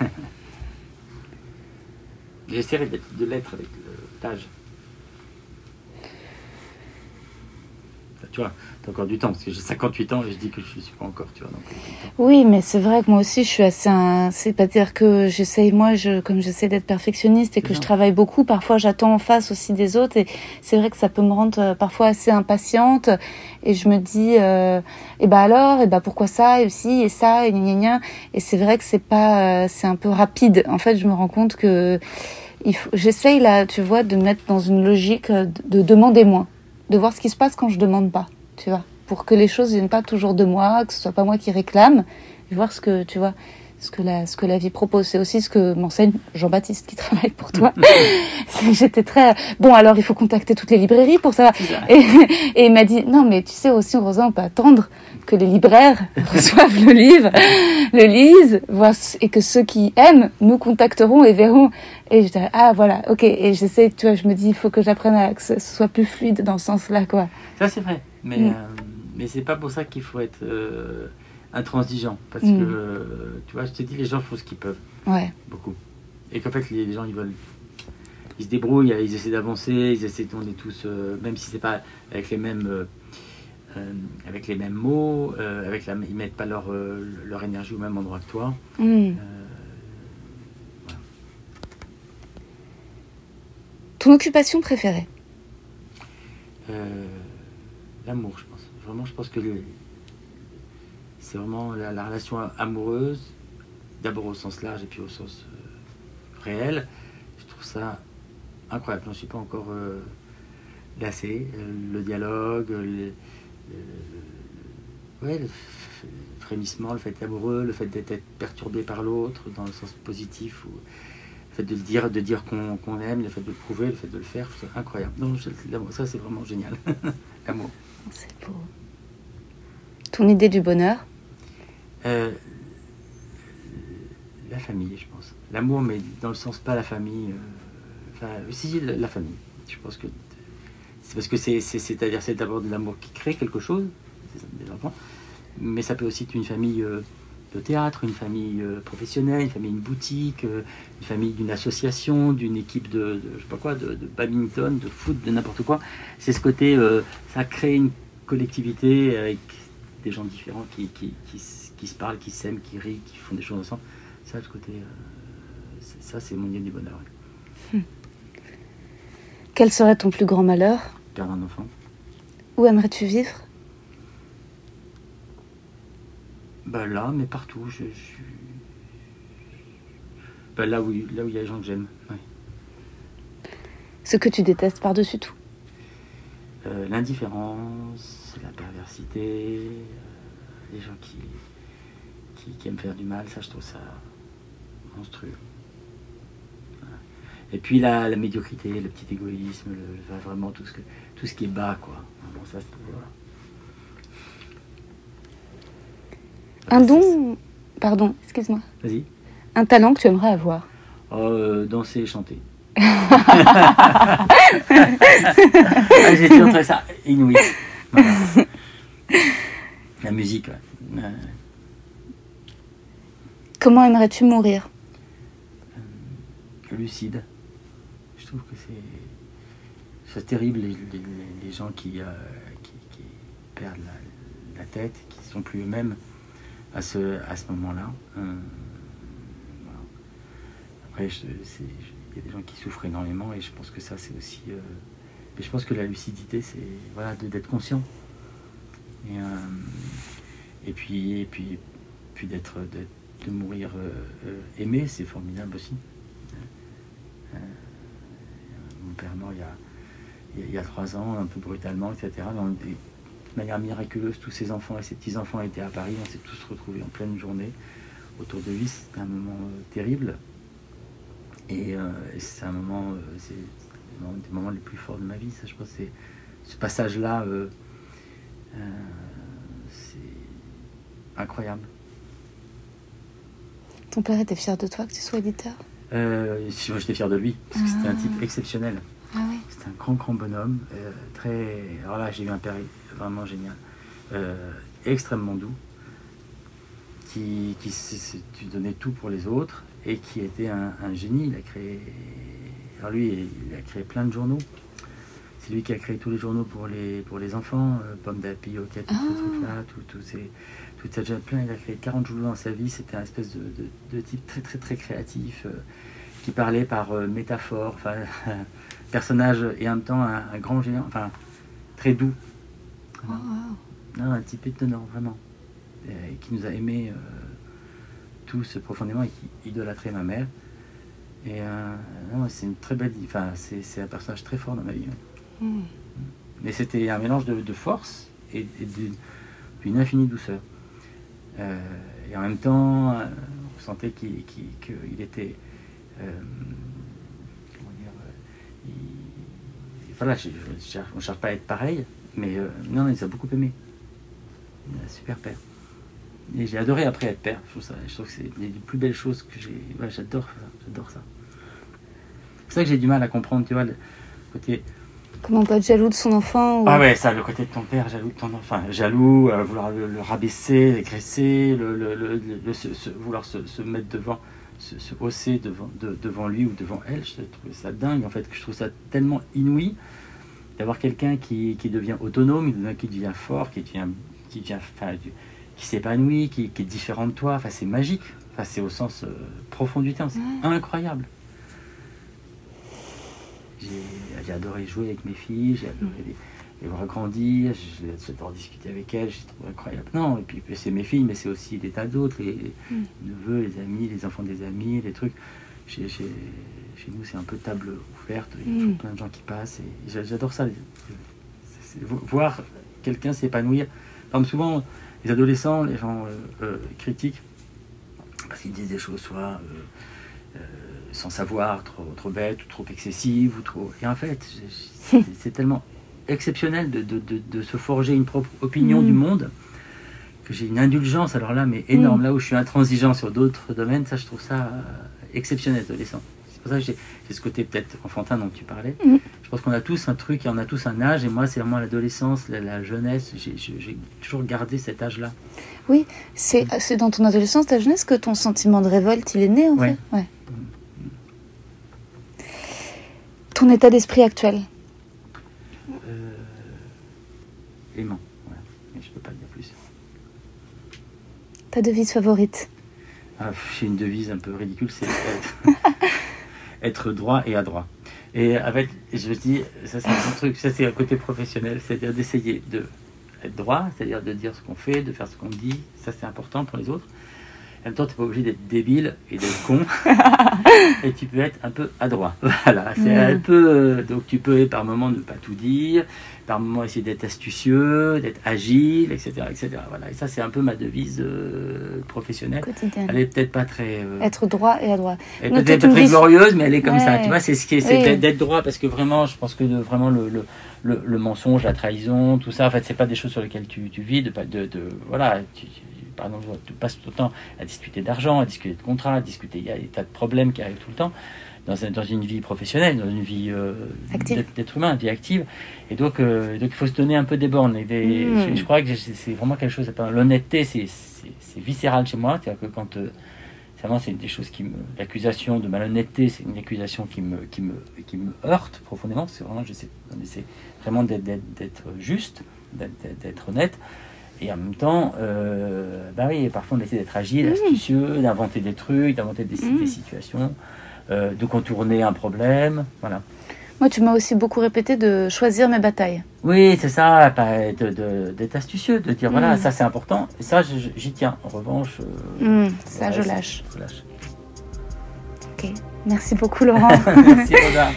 J'essaierai de l'être avec l'âge. Tu vois, t'as encore du temps, parce que j'ai cinquante-huit ans et je dis que je ne suis pas encore, tu vois. Donc, oui, mais c'est vrai que moi aussi, je suis assez... Un... C'est pas dire que j'essaye, moi, je, comme j'essaie d'être perfectionniste et que je travaille beaucoup, parfois j'attends en face aussi des autres, et c'est vrai que ça peut me rendre euh, parfois assez impatiente, et je me dis, euh, et bah alors, et bah pourquoi ça, et aussi, et ça, et gna gna gna, et c'est vrai que c'est pas... Euh, c'est un peu rapide. En fait, je me rends compte que il faut... j'essaye, là, tu vois, de me mettre dans une logique de, de demander moins. De voir ce qui se passe quand je demande pas, tu vois. pour que les choses viennent pas toujours de moi, que ce soit pas moi qui réclame, et voir ce que, tu vois, ce que la, ce que la vie propose. C'est aussi ce que m'enseigne Jean-Baptiste qui travaille pour toi. C'est, j'étais très, bon, alors il faut contacter toutes les librairies pour ça. Et, et il m'a dit, non, mais tu sais aussi, Rosa, on peut attendre que les libraires reçoivent le livre, le lisent, voient, et que ceux qui aiment nous contacteront et verront. Et j'étais, ah, voilà, ok. Et j'essaie, tu vois, je me dis, il faut que j'apprenne à que ce soit plus fluide dans ce sens-là, quoi. Ça, c'est vrai. Mais, mm. euh, mais c'est pas pour ça qu'il faut être euh, intransigeant. Parce mm. que, euh, tu vois, je te dis, les gens font ce qu'ils peuvent. Ouais. Beaucoup. Et qu'en fait, les, les gens, ils veulent. Ils se débrouillent, ils essaient d'avancer, ils essaient de, on est tous, euh, même si c'est pas avec les mêmes. Euh, Euh, avec les mêmes mots, euh, avec la, ils mettent pas leur, euh, leur énergie au même endroit que toi. Mm. Euh, voilà. Ton occupation préférée? euh, L'amour, je pense. Vraiment, je pense que le, c'est vraiment la, la relation amoureuse, d'abord au sens large et puis au sens euh, réel. Je trouve ça incroyable. Je n'en suis pas encore euh, lassé. Euh, le dialogue, les, Le, ouais, le, le frémissement, le fait d'être amoureux, le fait d'être perturbé par l'autre dans le sens positif, ou le fait de le dire, de dire qu'on, qu'on aime, le fait de le prouver, le fait de le faire, c'est incroyable. Non, je, l'amour, ça c'est vraiment génial. L'amour. C'est beau. Ton idée du bonheur? euh, La famille, je pense. L'amour, mais dans le sens pas la famille. Euh, enfin, si la, la famille. Je pense que c'est parce que c'est, c'est, c'est-à-dire c'est d'abord de l'amour qui crée quelque chose, des enfants, mais ça peut aussi être une famille euh, de théâtre, une famille euh, professionnelle, une famille, une boutique, euh, une famille d'une association, d'une équipe de, de je sais pas quoi, de, de badminton, de foot, de n'importe quoi. C'est ce côté, euh, ça crée une collectivité avec des gens différents qui, qui, qui, qui se parlent, qui s'aiment, qui rient, qui font des choses ensemble. Ça, ce côté, euh, c'est, ça c'est mon idée du bonheur. Hum. Quel serait ton plus grand malheur? Perdre un enfant. Où aimerais-tu vivre? Bah là, mais partout. Je, je... Bah là où, là où il y a les gens que j'aime. Ouais. Ce que tu détestes par-dessus tout? euh, L'indifférence, la perversité, euh, les gens qui, qui, qui aiment faire du mal, ça je trouve ça monstrueux. Et puis la, la médiocrité, le petit égoïsme, le, le, vraiment tout ce, que, tout ce qui est bas, quoi. Bon, ça, c'est, voilà. Un don... Pardon, excuse-moi. Vas-y. Un talent que tu aimerais avoir? Oh, euh, danser et chanter. ah, j'ai toujours trouvé ça inouï. Voilà. La musique, ouais. Euh... Comment aimerais-tu mourir? euh, Lucide. Je trouve que c'est, c'est terrible les, les, les gens qui, euh, qui, qui perdent la, la tête, qui ne sont plus eux-mêmes à ce, à ce moment-là. Euh, voilà. Après, je, c'est, il y a des gens qui souffrent énormément et je pense que ça, c'est aussi... Euh, mais je pense que la lucidité, c'est voilà, de, d'être conscient. Et, euh, et, puis, et puis, puis d'être, de, de mourir euh, euh, aimé, c'est formidable aussi. Euh, mon père est mort il y, a, il y a trois ans, un peu brutalement, et cetera. Mais on, de manière miraculeuse, tous ses enfants et ses petits-enfants étaient à Paris. On s'est tous retrouvés en pleine journée autour de lui. C'était un moment euh, terrible. Et, euh, et c'est un moment, euh, c'est, c'est un des moments les plus forts de ma vie. Ça, je pense, c'est ce passage-là, euh, euh, c'est incroyable. Ton père était fier de toi que tu sois éditeur? Euh, j'étais fier de lui, parce que ah. c'était un type exceptionnel. Ah oui. C'était un grand, grand bonhomme. Euh, très... Alors là, j'ai eu un père vraiment génial. Euh, extrêmement doux, qui, qui, qui donnait tout pour les autres, et qui était un, un génie. Il a créé... Alors lui, il a créé plein de journaux. C'est lui qui a créé tous les journaux pour les, pour les enfants, euh, Pomme d'Api, OK, tout ah. ce truc-là, tout, tout ces... Tout ça déjà plein, il a créé quarante journaux dans sa vie. C'était un espèce de, de, de type très très très créatif, euh, qui parlait par euh, métaphore, enfin, personnage et en même temps un, un grand géant, enfin très doux. Oh, wow. Non, un type étonnant, vraiment. Et, et qui nous a aimés euh, tous profondément et qui idolâtrait ma mère. Et euh, non, c'est une très belle, enfin c'est, c'est un personnage très fort dans ma vie. Mm. Mais c'était un mélange de, de force et, et d'une, d'une infinie douceur. Euh, et en même temps, euh, on sentait qu'il, qu'il, qu'il était... Euh, comment dire euh, il, Voilà, je, je cherche, on ne cherche pas à être pareil, mais euh, non, non, il nous a beaucoup aimé. Il est un super père. Et j'ai adoré après être père. Je trouve, ça, je trouve que c'est une des plus belles choses que j'ai... Ouais, j'adore ça, j'adore ça. C'est ça que j'ai du mal à comprendre, tu vois, le côté... Comment pas être jaloux de son enfant ou... Ah ouais, ça, le côté de ton père, jaloux de ton enfant, enfin, jaloux, euh, vouloir le, le rabaisser, l'agresser, le, le, le, le, le, se, se, vouloir se, se mettre devant, se, se hausser devant, de, devant lui ou devant elle. Je trouve ça dingue, en fait, que je trouve ça tellement inouï d'avoir quelqu'un qui, qui devient autonome, qui devient fort, qui devient, qui devient, enfin, qui s'épanouit, qui, qui est différent de toi. Enfin, c'est magique. Enfin, c'est au sens euh, profond du terme, c'est ouais. incroyable. J'ai, j'ai adoré jouer avec mes filles, j'ai adoré les, les voir grandir, j'adore discuter avec elles, j'ai trouvé incroyable. Non, et puis c'est mes filles, mais c'est aussi des tas d'autres, les, les mm. neveux, les amis, les enfants des amis, les trucs. Chez, chez, chez nous, c'est un peu table ouverte, il y a mm. plein de gens qui passent, et j'adore ça. C'est, c'est, voir quelqu'un s'épanouir. Par exemple, souvent, les adolescents, les gens euh, euh, critiquent, parce qu'ils disent des choses soit... Euh, euh, sans savoir, trop, trop bête, ou trop excessive, ou trop... Et en fait, c'est, c'est tellement exceptionnel de, de, de, de se forger une propre opinion mmh. du monde, que j'ai une indulgence, alors là, mais énorme. Mmh. Là où je suis intransigeant sur d'autres domaines, ça, je trouve ça euh, exceptionnel, adolescent. C'est pour ça que j'ai, j'ai ce côté peut-être enfantin dont tu parlais. Mmh. Je pense qu'on a tous un truc, et on a tous un âge, et moi, c'est vraiment l'adolescence, la, la jeunesse. J'ai, j'ai, j'ai toujours gardé cet âge-là. Oui, c'est, mmh. c'est dans ton adolescence, ta jeunesse, que ton sentiment de révolte, il est né, en ouais. fait. Ouais. Ton état d'esprit actuel? euh, Aimant, voilà. Mais je peux pas dire plus. Ta devise favorite? ah, J'ai une devise un peu ridicule, c'est être, être droit et adroit. Et avec, je dis, ça c'est un truc, ça c'est un côté professionnel, c'est-à-dire d'essayer de être droit, c'est-à-dire de dire ce qu'on fait, de faire ce qu'on dit, ça c'est important pour les autres. En même temps, tu n'es pas obligé d'être débile et d'être con. Et tu peux être un peu adroit. Voilà, c'est mmh. un peu... Donc, tu peux, par moments, ne pas tout dire. Par moments, essayer d'être astucieux, d'être agile, et cetera, et cetera. Voilà. Et ça, c'est un peu ma devise euh, professionnelle. Quotidienne. Elle est peut-être pas très... Euh... Être droit et adroit. Elle est peut-être pas très glorieuse, mais elle est comme ouais. ça. Tu vois, c'est ce qui est, c'est oui. d'être, d'être droit, parce que vraiment, je pense que de, vraiment, le, le, le, le mensonge, la trahison, tout ça, en fait, c'est pas des choses sur lesquelles tu, tu vis. De, de, de, voilà, tu, par exemple, tu passes tout le temps à discuter d'argent, à discuter de contrats, à discuter, il y a des tas de problèmes qui arrivent tout le temps dans, un, dans une vie professionnelle, dans une vie euh, d'être, d'être humain, une vie active. Et donc, euh, donc, il faut se donner un peu des bornes. Et des, mmh. je, je crois que c'est, c'est vraiment quelque chose, l'honnêteté, c'est, c'est, c'est viscéral chez moi. C'est-à-dire que quand, euh, c'est vraiment, c'est une des choses qui me, l'accusation de malhonnêteté, c'est une accusation qui me, qui me, qui me heurte profondément. C'est vraiment, j'essaie, j'essaie vraiment d'être, d'être, d'être juste, d'être, d'être honnête. Et en même temps, euh, bah oui, parfois on essaie d'être agile, mmh. astucieux, d'inventer des trucs, d'inventer des, mmh. des situations, euh, de contourner un problème, voilà. Moi, tu m'as aussi beaucoup répété de choisir mes batailles. Oui, c'est ça, bah, de, de, d'être astucieux, de dire mmh. voilà, ça c'est important, et ça j'y tiens. En revanche, euh, mmh, ça voilà, je lâche. je lâche. Ok, merci beaucoup Laurent. Merci Rosa.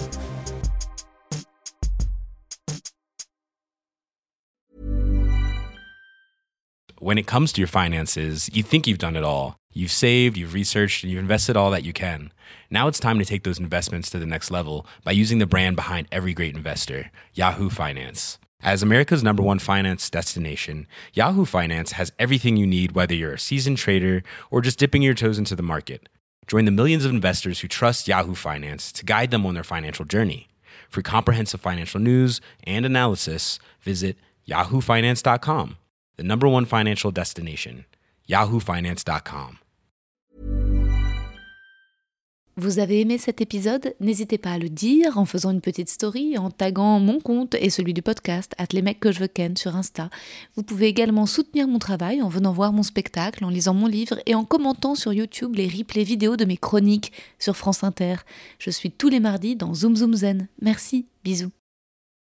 When it comes to your finances, you think you've done it all. You've saved, you've researched, and you've invested all that you can. Now it's time to take those investments to the next level by using the brand behind every great investor, Yahoo Finance. As America's number one finance destination, Yahoo Finance has everything you need, whether you're a seasoned trader or just dipping your toes into the market. Join the millions of investors who trust Yahoo Finance to guide them on their financial journey. For comprehensive financial news and analysis, visit yahoo finance dot com. The number one financial destination, yahoo finance dot com. Vous avez aimé cet épisode? N'hésitez pas à le dire en faisant une petite story, en taguant mon compte et celui du podcast, at les mecs que je veux ken sur Insta. Vous pouvez également soutenir mon travail en venant voir mon spectacle, en lisant mon livre et en commentant sur YouTube les replays vidéo de mes chroniques sur France Inter. Je suis tous les mardis dans Zoom Zoom Zen. Merci, bisous.